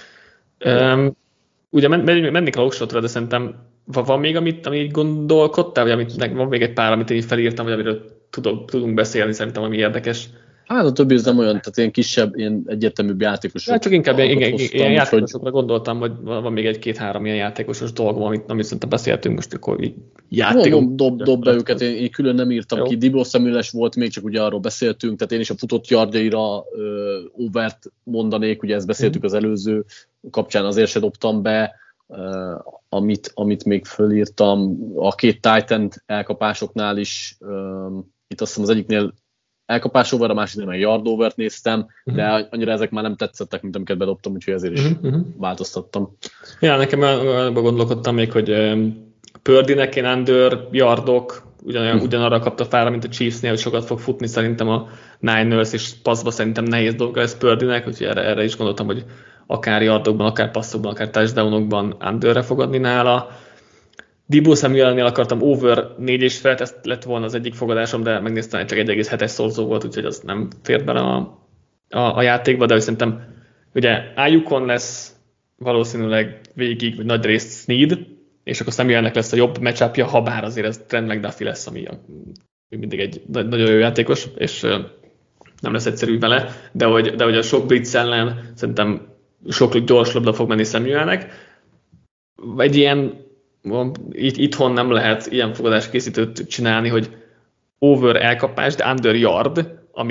Ugye mennék a logshotra, de szerintem van még, amit gondolkodtál, vagy van még egy pár, amit én felírtam, vagy amiről tudunk beszélni, szerintem ami érdekes. Hát a többi az nem olyan, tehát ilyen kisebb, ilyen egyértelműbb játékosok. Csak inkább ilyen játékosokra gondoltam, hogy van még 1-2-3 ilyen játékosos dolgom, amit szerintem beszéltünk most, akkor így játékok. Dob be őket, én külön nem írtam ki. Deebo Samuel volt, még csak ugye arról beszéltünk, tehát én is a futott yardjaira overt mondanék, ugye ezt beszéltük az előző kapcsán, azért se dobtam be, amit még fölírtam. A 2 Titan elkapásoknál is, itt azt hiszem az egyiknél elkapás over, a másiknél meg yard overt néztem, de annyira ezek már nem tetszettek, mint amiket bedobtam, úgyhogy ezért is változtattam. Ja, nekem abban gondolkodtam még, hogy Purdynek én under yardok, ugyanarra kapta fára, mint a Chiefsnél, hogy sokat fog futni szerintem a Niners, és passzba szerintem nehéz dolga ez Purdynek, úgyhogy erre is gondoltam, hogy akár yardokban, akár passzokban, akár touchdownokban underre fogadni nála. Deebo Samuelnél akartam over 4,5, ez lett volna az egyik fogadásom, de megnéztem, hogy csak 1,7-es szorzó volt, úgyhogy az nem fért bele a játékba, de szerintem ugye Ayukon lesz valószínűleg végig, vagy nagy részt Snead, és akkor Samuelnek lesz a jobb matchupja, ha bár azért ez Trent McDuffie lesz, ami mindig egy nagyon jó játékos, és nem lesz egyszerű vele, de hogy a sok blitz ellen szerintem sok gyors labda fog menni Samuelnek. Egy ilyen itthon nem lehet ilyen fogadáskészítőt csinálni, hogy over elkapás, de under yard, ami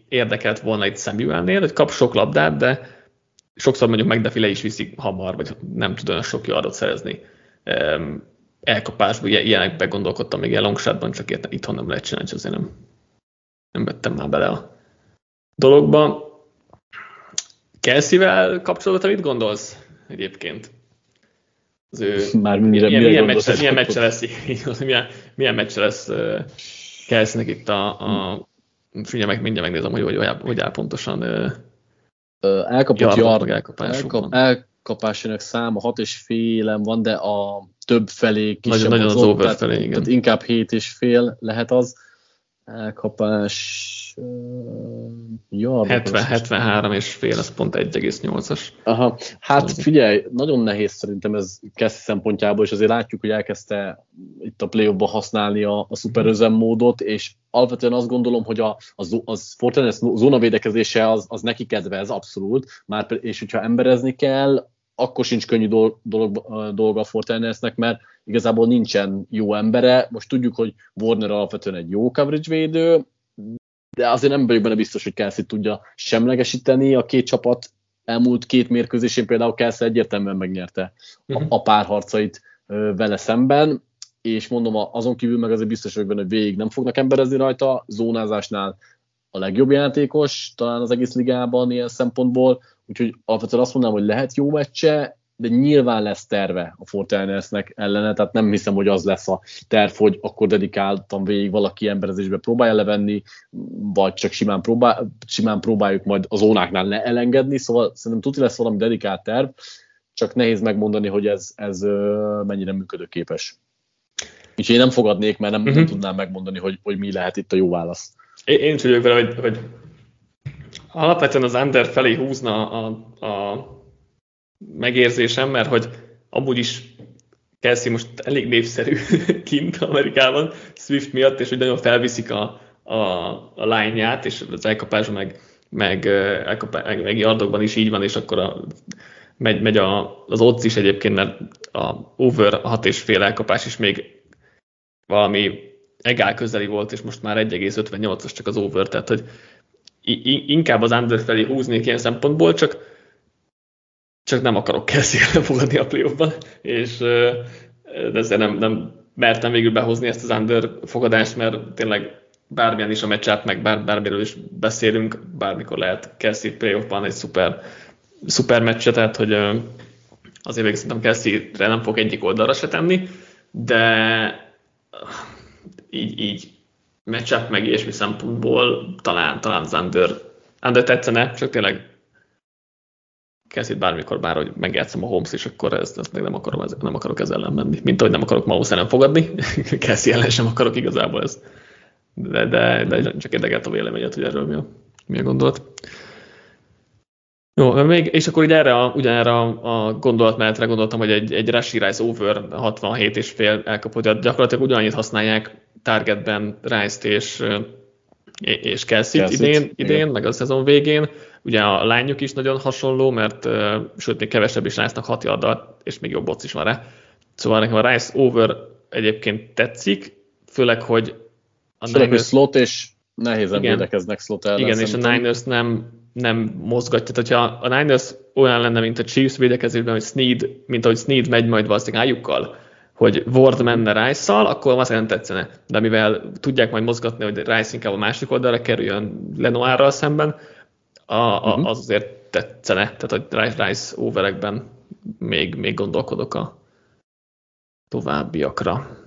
érdekelt volna itt Samuelnél, hogy kap sok labdát, de sokszor mondjuk McDuffie le is viszi hamar, vagy nem tud olyan sok yardot szerezni. Elkapásban ilyenekbe gondolkodtam még ilyen longshotban, csak itthon nem lehet csinálni, azért nem vettem már bele a dologba. Kelsey-vel kapcsolatban mit gondolsz egyébként? Az ő milyen meccse lesz, milyen meccse lesz Kelsey-nek itt mindjárt megnézem, hogy áll pontosan. Elkapott elkapásának száma 6,5 van, de a több felé kisebb nagyon az over felé, igen. Tehát inkább 7,5 lehet az. Elkapás 73 és fél, az pont 1,8-as. Aha, hát figyelj, nagyon nehéz szerintem ez Kelsey szempontjából, és azért látjuk, hogy elkezdte itt a play-offba használni a szuperözem módot, és alapvetően azt gondolom, hogy az Fortnite zónavédekezése az neki kedvez, abszolút, és hogyha emberezni kell, akkor sincs könnyű dolga a Fortnite-nek, mert igazából nincsen jó embere. Most tudjuk, hogy Warner alapvetően egy jó coverage védő, de azért nem vagyok benne biztos, hogy Kelsey tudja semlegesíteni. A két csapat elmúlt 2 mérkőzésén például Kelsey egyértelműen megnyerte a párharcait vele szemben, és mondom, azon kívül meg azért biztos vagyok benne, hogy végig nem fognak emberezni rajta. Zónázásnál a legjobb játékos, talán az egész ligában ilyen szempontból, úgyhogy alapvetően azt mondanám, hogy lehet jó meccse, de nyilván lesz terve a 49ersnek ellene, tehát nem hiszem, hogy az lesz a terv, hogy akkor dedikáltan végig valaki emberezésbe próbálja levenni, vagy csak simán próbáljuk majd a zónáknál ne elengedni, szóval szerintem tuti lesz valami dedikált terv, csak nehéz megmondani, hogy ez mennyire működőképes. Úgyhogy én nem fogadnék, mert nem tudnám megmondani, hogy mi lehet itt a jó válasz. Én is vagyok vele, hogy alapvetően az under felé húzna a megérzésem, mert hogy amúgy is Kelsey most elég népszerű kint Amerikában Swift miatt, és hogy nagyon felviszik a line-ját, és az elkapásban meg yardokban is így van, és akkor megy az odds is egyébként, mert a over 6,5 elkapás is még valami egál közeli volt, és most már 1,58-as csak az over, tehát hogy inkább az under felé húznék ilyen szempontból, csak nem akarok Kelsey-re fogadni a playoffban, és ezzel nem mertem végül behozni ezt az under fogadást, mert tényleg bármilyen is a matchup, meg bármiről is beszélünk, bármikor lehet Kelsey playoffban egy szuper meccse, tehát hogy azért végül szerintem Kelsey-re nem fog egyik oldalra se tenni, de így matchup meg ilyesmi szempontból talán az under tetszene, csak tényleg Kelsey-t bármikor hogy megjátszom a Holmes, és akkor ezt meg nem akarok ezzel ellen menni. Mint ahogy nem akarok Mahomes ellen fogadni, Kelsey ellen sem akarok igazából ezt. De csak érdekelt a véleményet, hogy erről mi a gondolat. Jó, és akkor így ugyanerre a gondolatmenetre gondoltam, hogy egy Rashee Rice over 67,5 elkapott, tehát gyakorlatilag ugyanannyit használják targetben Rice-t és Kelsey-t idén, meg a szezon végén. Ugye a lányok is nagyon hasonló, mert sőt, még kevesebb is Rice-nak 6 yarddal, és még jobb odds is van rá. Szóval nekem a Rice over egyébként tetszik, főleg, hogy a Niners slot, és nehézen védekeznek slot ellen. Igen, és a Niners nem mozgatja. Tehát, hogyha a Niners olyan lenne, mint a Chiefs védekezésben, hogy mint ahogy Snead megy majd valószínűleg ájukkal, hogy Ward menne Rice-szal, akkor valószínűleg nem tetszene. De mivel tudják majd mozgatni, hogy Rice inkább a másik oldalra kerüljön Lenoirral szemben, az azért tetszene. Tehát a Rice overekben még gondolkodok a továbbiakra.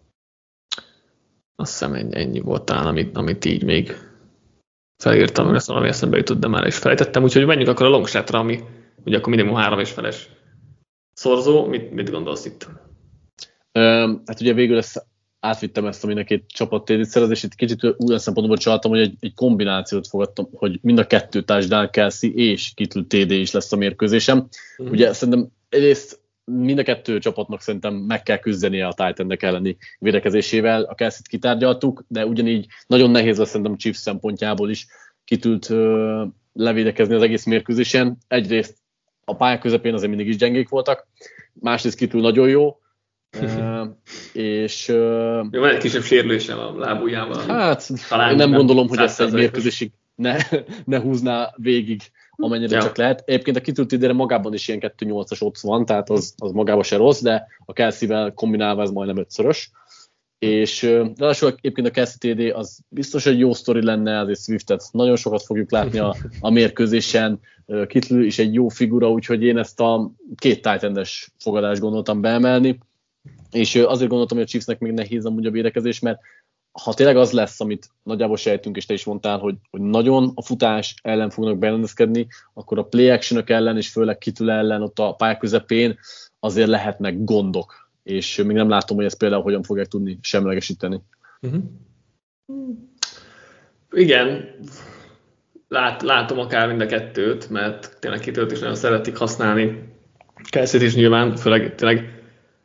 Azt hiszem ennyi volt talán, amit így még felírtam, meg azt valami eszembe jutott, de már is felejtettem. Úgyhogy menjünk akkor a long shotra, ami ugye akkor minimum 3,5-es szorzó. Mit gondolsz itt? Hát ugye végül átvittem ezt a mind a két csapat TD-t szerzés, itt kicsit olyan szempontból csaltam, hogy egy kombinációt fogadtam, hogy mind a kettő touchdown Kelsey és Kittle TD is lesz a mérkőzésem. Ugye szerintem egyrészt mind a kettő csapatnak szerintem meg kell küzdenie a Titansek elleni védekezésével. A Kelsey-t kitárgyaltuk, de ugyanígy nagyon nehéz lesz szerintem Chiefs szempontjából is Kittle-t levédekezni az egész mérkőzésen. Egyrészt a pálya közepén azért mindig is gyengék voltak, másrészt Kittle nagyon jó, és... Van egy kisebb sérülésem a lábujjával. Hát, én nem gondolom, hogy ezt egy ne húzná végig, amennyire csak lehet. Egyébként a kitűrt idére magában is ilyen 2.8-as odds van, tehát az magában se rossz, de a Kelsey-vel kombinálva ez majdnem 5-szörös. És ráadásul egyébként a Kelsey TD az biztos egy jó sztori lenne, azért Swiftet nagyon sokat fogjuk látni a mérkőzésen, Kittle is egy jó figura, úgyhogy én ezt a 2 tight endes fogadást gondoltam beemelni, és azért gondoltam, hogy a Chiefsnek még nehéz amúgy a védekezés, mert ha tényleg az lesz, amit nagyjából sejtünk, és te is mondtál, hogy nagyon a futás ellen fognak berendezkedni, akkor a play actionok ellen, és főleg Kittle ellen ott a pályák közepén azért lehetnek gondok, és még nem látom, hogy ezt például hogyan fogják tudni semlegesíteni. Uh-huh. Igen, látom akár mind a kettőt, mert tényleg Kittle-t is nagyon szeretik használni. Kelsey-t is nyilván, főleg tényleg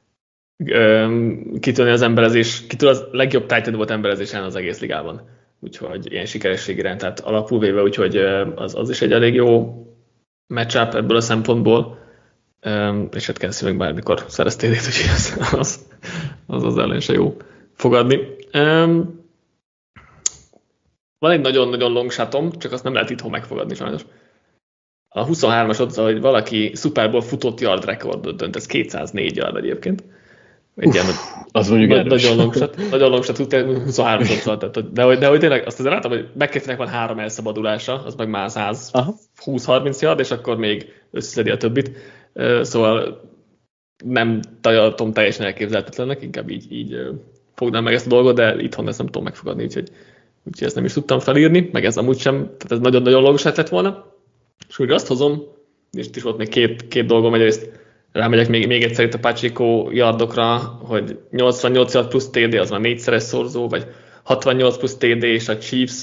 Kittle az emberezés, Kittle az legjobb tight end volt emberezésen az egész ligában. Úgyhogy ilyen sikeresség iránt, tehát alapul véve, úgyhogy az is egy elég jó matchup ebből a szempontból. És hát Kelsey meg bármikor szerez TD-t, úgyhogy az ellen se jó fogadni. Van egy nagyon-nagyon long shotom, csak azt nem lehet itthon megfogadni sajnos. A 23-as ott, hogy valaki Super Bowl futott yard rekordot dönt, ez 204 yard egyébként. Az mondjuk nagyon long shot, 23-as ott, de hogy tényleg azt azért láttam, hogy McCaffreynek van 3 elszabadulása, az meg már 120-30 yard, és akkor még összeszedi a többit. Szóval nem találtam teljesen elképzelhetetlennek, inkább így fognám meg ezt a dolgot, de itthon ezt nem tudom megfogadni, úgyhogy ezt nem is tudtam felírni, meg ez amúgy sem, tehát ez nagyon-nagyon logos lett volna. És úgy azt hozom, és itt is volt még két dolgom, egyrészt rámegyek még egyszer itt a Pacheco yardokra, hogy 88 yard plusz TD, az már 4-szeres szorzó, vagy 68 plusz TD, és a Chiefs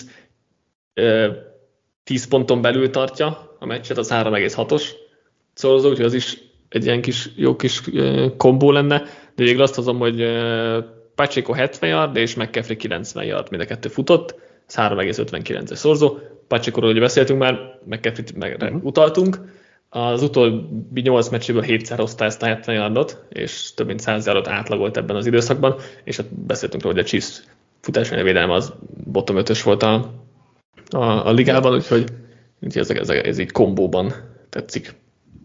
10 ponton belül tartja a meccset, az 3,6-os szorzó, úgyhogy az is egy ilyen jó kis kombó lenne, de végül azt hozom, hogy Pacheco 70 yard, és McCaffrey 90 yard, mind a kettő futott, ez 3,59-es szorzó. Pachecoról ugye beszéltünk már, McCaffrey-t meg utaltunk. Az utóbbi 8 meccséből 7-szer hozta ezt a 70 yardot, és több mint 100 yardot átlagolt ebben az időszakban, és hát beszéltünk róla, hogy a Chiefs futásányi védelme az bottom 5-ös volt a ligában, úgyhogy ez így kombóban tetszik.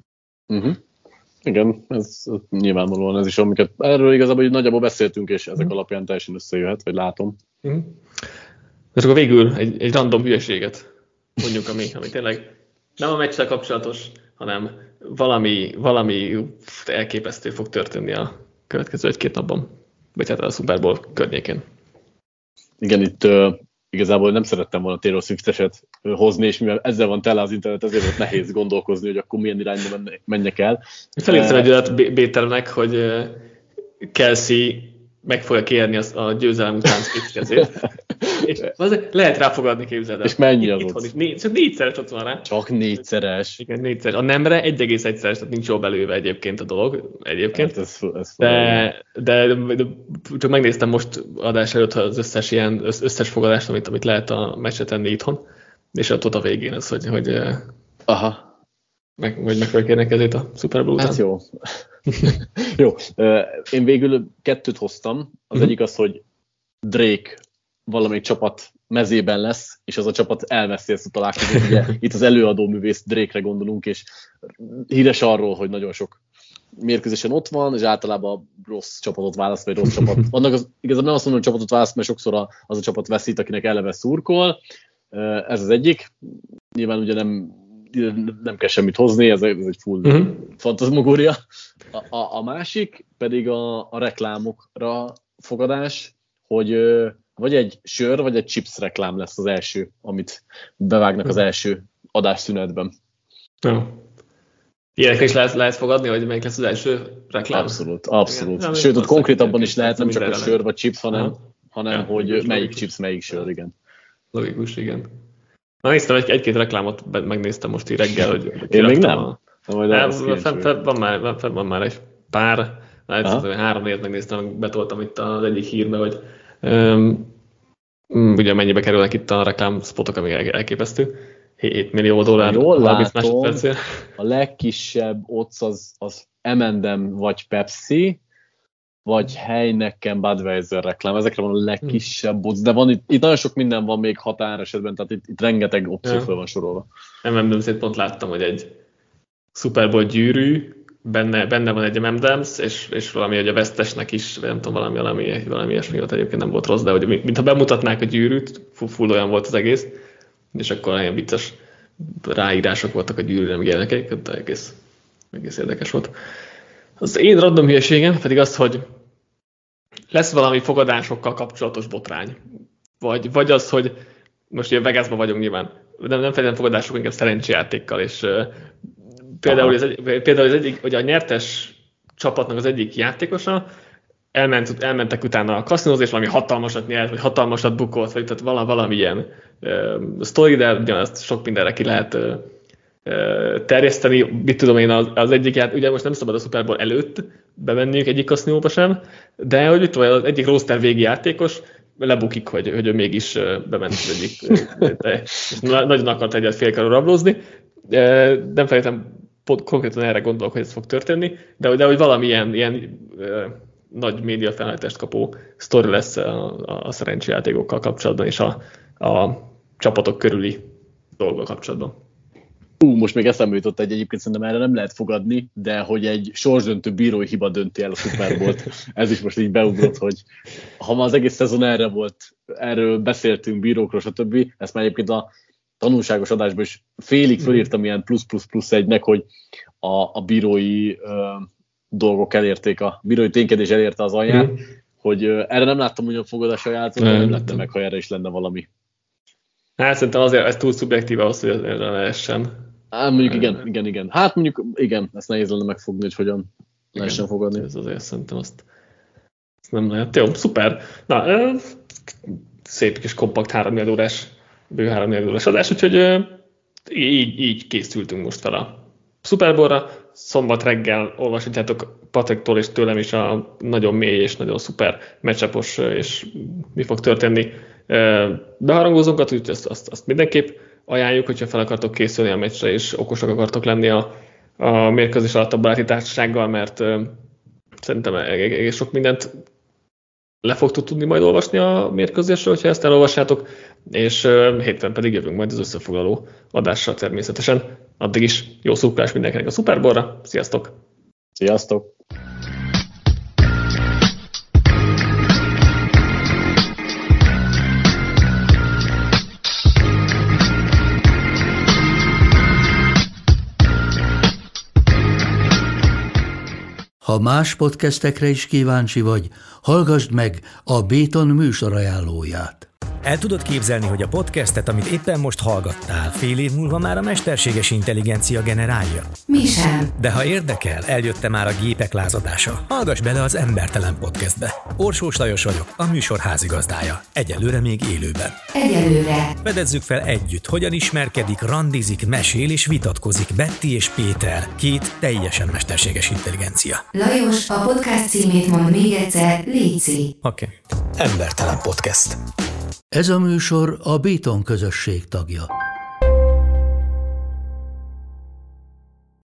Igen, ez nyilvánvalóan ez is, amiket erről igazából hogy nagyjából beszéltünk, és ezek alapján teljesen összejöhet, vagy látom. És akkor végül egy random hülyeséget mondjuk, ami tényleg nem a meccsel kapcsolatos, hanem valami elképesztő fog történni a következő 1-2 napban, vagy hát a Super Bowl környékén. Igen, itt igazából nem szerettem volna Taylor Swift-eset hozni, és mivel ezzel van tele az internet, ezért volt nehéz gondolkozni, hogy akkor milyen irányba menjek el. Felírtam egy olyat Béternek, hogy Kelsey meg fogja kérni a győzelem után Swift kezét. És lehet rá fogadni, képzeld el. És mennyi az ott? Csak 4-szeres ott van rá. Csak 4-szeres. Igen, 4-szeres. A nemre 1,1-szeres, tehát nincs jól belőve egyébként a dolog. Egyébként. Hát de csak megnéztem most adás előtt az összes fogadást, amit lehet a meccset tenni itthon. És ott a végén ez, hogy meg fogja kérni kezét a Super Bowl után. Hát jó. Jó. Én végül 2 hoztam. Az egyik az, hogy Drake valamelyik csapat mezében lesz, és az a csapat elveszi ezt a találkozót. Ugye itt az előadó művész Drake-re gondolunk, és híres arról, hogy nagyon sok mérkőzésen ott van, és általában rossz csapatot választ, vagy rossz csapat. Igazából nem azt mondom, hogy csapatot választ, mert sokszor az a csapat veszít, akinek eleve szurkol. Ez az egyik. Nyilván ugye nem kell semmit hozni, ez egy full fantazmagória. A másik pedig a reklámokra fogadás, hogy vagy egy sör, vagy egy chips reklám lesz az első, amit bevágnak az első adásszünetben. Ilyenekre is lehet fogadni, hogy melyik lesz az első reklám? Abszolút. Igen. Sőt, ott konkrétabban is lehet, nem csak a sör vagy chips, hanem hogy melyik chips, melyik sör, igen. Logikus, igen. Na, néztem egy-két reklámot, megnéztem most így reggel, hogy én még nem. Van már egy pár, 3-4 megnéztem, betoltam itt az egyik hírbe, hogy ugye mennyibe kerülnek itt a reklámspotok, ami elképesztő. $7 millió. Jól látom, a legkisebb odds az M&M vagy Pepsi, vagy Heineken, Budweiser reklám, ezekre van a legkisebb boc, de van itt nagyon sok minden van még határ esetben, tehát itt rengeteg opció fel van sorolva. Nem pont láttam, hogy egy Super Bowl gyűrű, benne van egy M&M's, és valami, hogy a vesztesnek is, nem tudom, valami ilyesmi volt, egyébként nem volt rossz, de hogy mintha bemutatnák a gyűrűt, full olyan volt az egész, és akkor ilyen vicces ráírások voltak a gyűrűre, meg ilyenek, de egész érdekes volt. Az én random hülyeségem pedig az, hogy lesz valami fogadásokkal kapcsolatos botrány. Vagy az, hogy most ilyen Vegasban vagyunk nyilván, nem feltétlenül fogadások, inkább szerencsejátékkal, és például az egyik, hogy a nyertes csapatnak az egyik játékosa elmentek utána a kaszinóhoz, és valami hatalmasat nyert, vagy hatalmasat bukolt, vagy tehát valami ilyen sztori, de ugyanazt sok mindenre ki lehet terjeszteni. Mit tudom én, az egyik, ugye most nem szabad a Super Bowl előtt bemenniük egyik kaszinóba sem, de hogy itt az egyik roster végi játékos lebukik, hogy ő mégis bement az egyik, és nagyon akart egyet félkarról rablózni. Nem feltétlenül konkrétan erre gondolok, hogy ez fog történni, de hogy valami ilyen nagy média felhajtást kapó sztori lesz a szerencsejátékokkal kapcsolatban, és a csapatok körüli dolgok kapcsolatban. Most még eszembe jutott egyébként szerintem erre nem lehet fogadni, de hogy egy sorsdöntő bírói hiba dönti el a Super Bowl-t. Ez is most így beugrott, hogy ha ma az egész szezon erre volt, erről beszéltünk bírókról, stb. Ezt már egyébként a tanulságos adásban is félig fölírtam ilyen +++1-nek, hogy a bírói dolgok elérték, a bírói ténykedés elérte az alját, hogy erre nem láttam olyan fogadás ajánlatot, de nem lettem meg, ha erre is lenne valami. Hát szerintem azért ez túl szubjektív ahhoz, hogy erre lehessen. Hát mondjuk igen. Hát mondjuk igen, ezt nehéz lenne megfogni, hogy hogyan lehessen fogadni. Ez azért szerintem azt nem lehet. Jó, szuper. Na, szép kis kompakt 3 órás, bő 3 órás adás, úgyhogy így készültünk most fel a Super Bowl-ra. Szombat reggel olvashatjátok Patriktól és tőlem is a nagyon mély és nagyon szuper match-upos, és mi fog történni beharangozókat, úgyhogy azt mindenképp ajánljuk, hogyha fel akartok készülni a meccsre, és okosak akartok lenni a mérkőzés alatt a baráti társasággal, mert szerintem egész sok mindent le fogtok tudni majd olvasni a mérkőzésről, hogyha ezt elolvassátok, és hétfőn pedig jövünk majd az összefoglaló adással természetesen. Addig is jó szurkolás mindenkinek a Super Bowl-ra. Sziasztok! Sziasztok! Ha más podcastekre is kíváncsi vagy, hallgassd meg a Béton műsor ajánlóját. El tudod képzelni, hogy a podcastet, amit éppen most hallgattál, fél év múlva már a mesterséges intelligencia generálja? Mi sem. De ha érdekel, eljött már a gépek lázadása. Hallgass bele az Embertelen Podcastbe. Orsós Lajos vagyok, a műsor házigazdája. Egyelőre még élőben. Egyelőre. Fedezzük fel együtt, hogyan ismerkedik, randizik, mesél és vitatkozik Betty és Péter, 2 teljesen mesterséges intelligencia. Lajos, a podcast címét mond még egyszer, léci. Oké. Embertelen Podcast. Ez a műsor a Béton közösség tagja.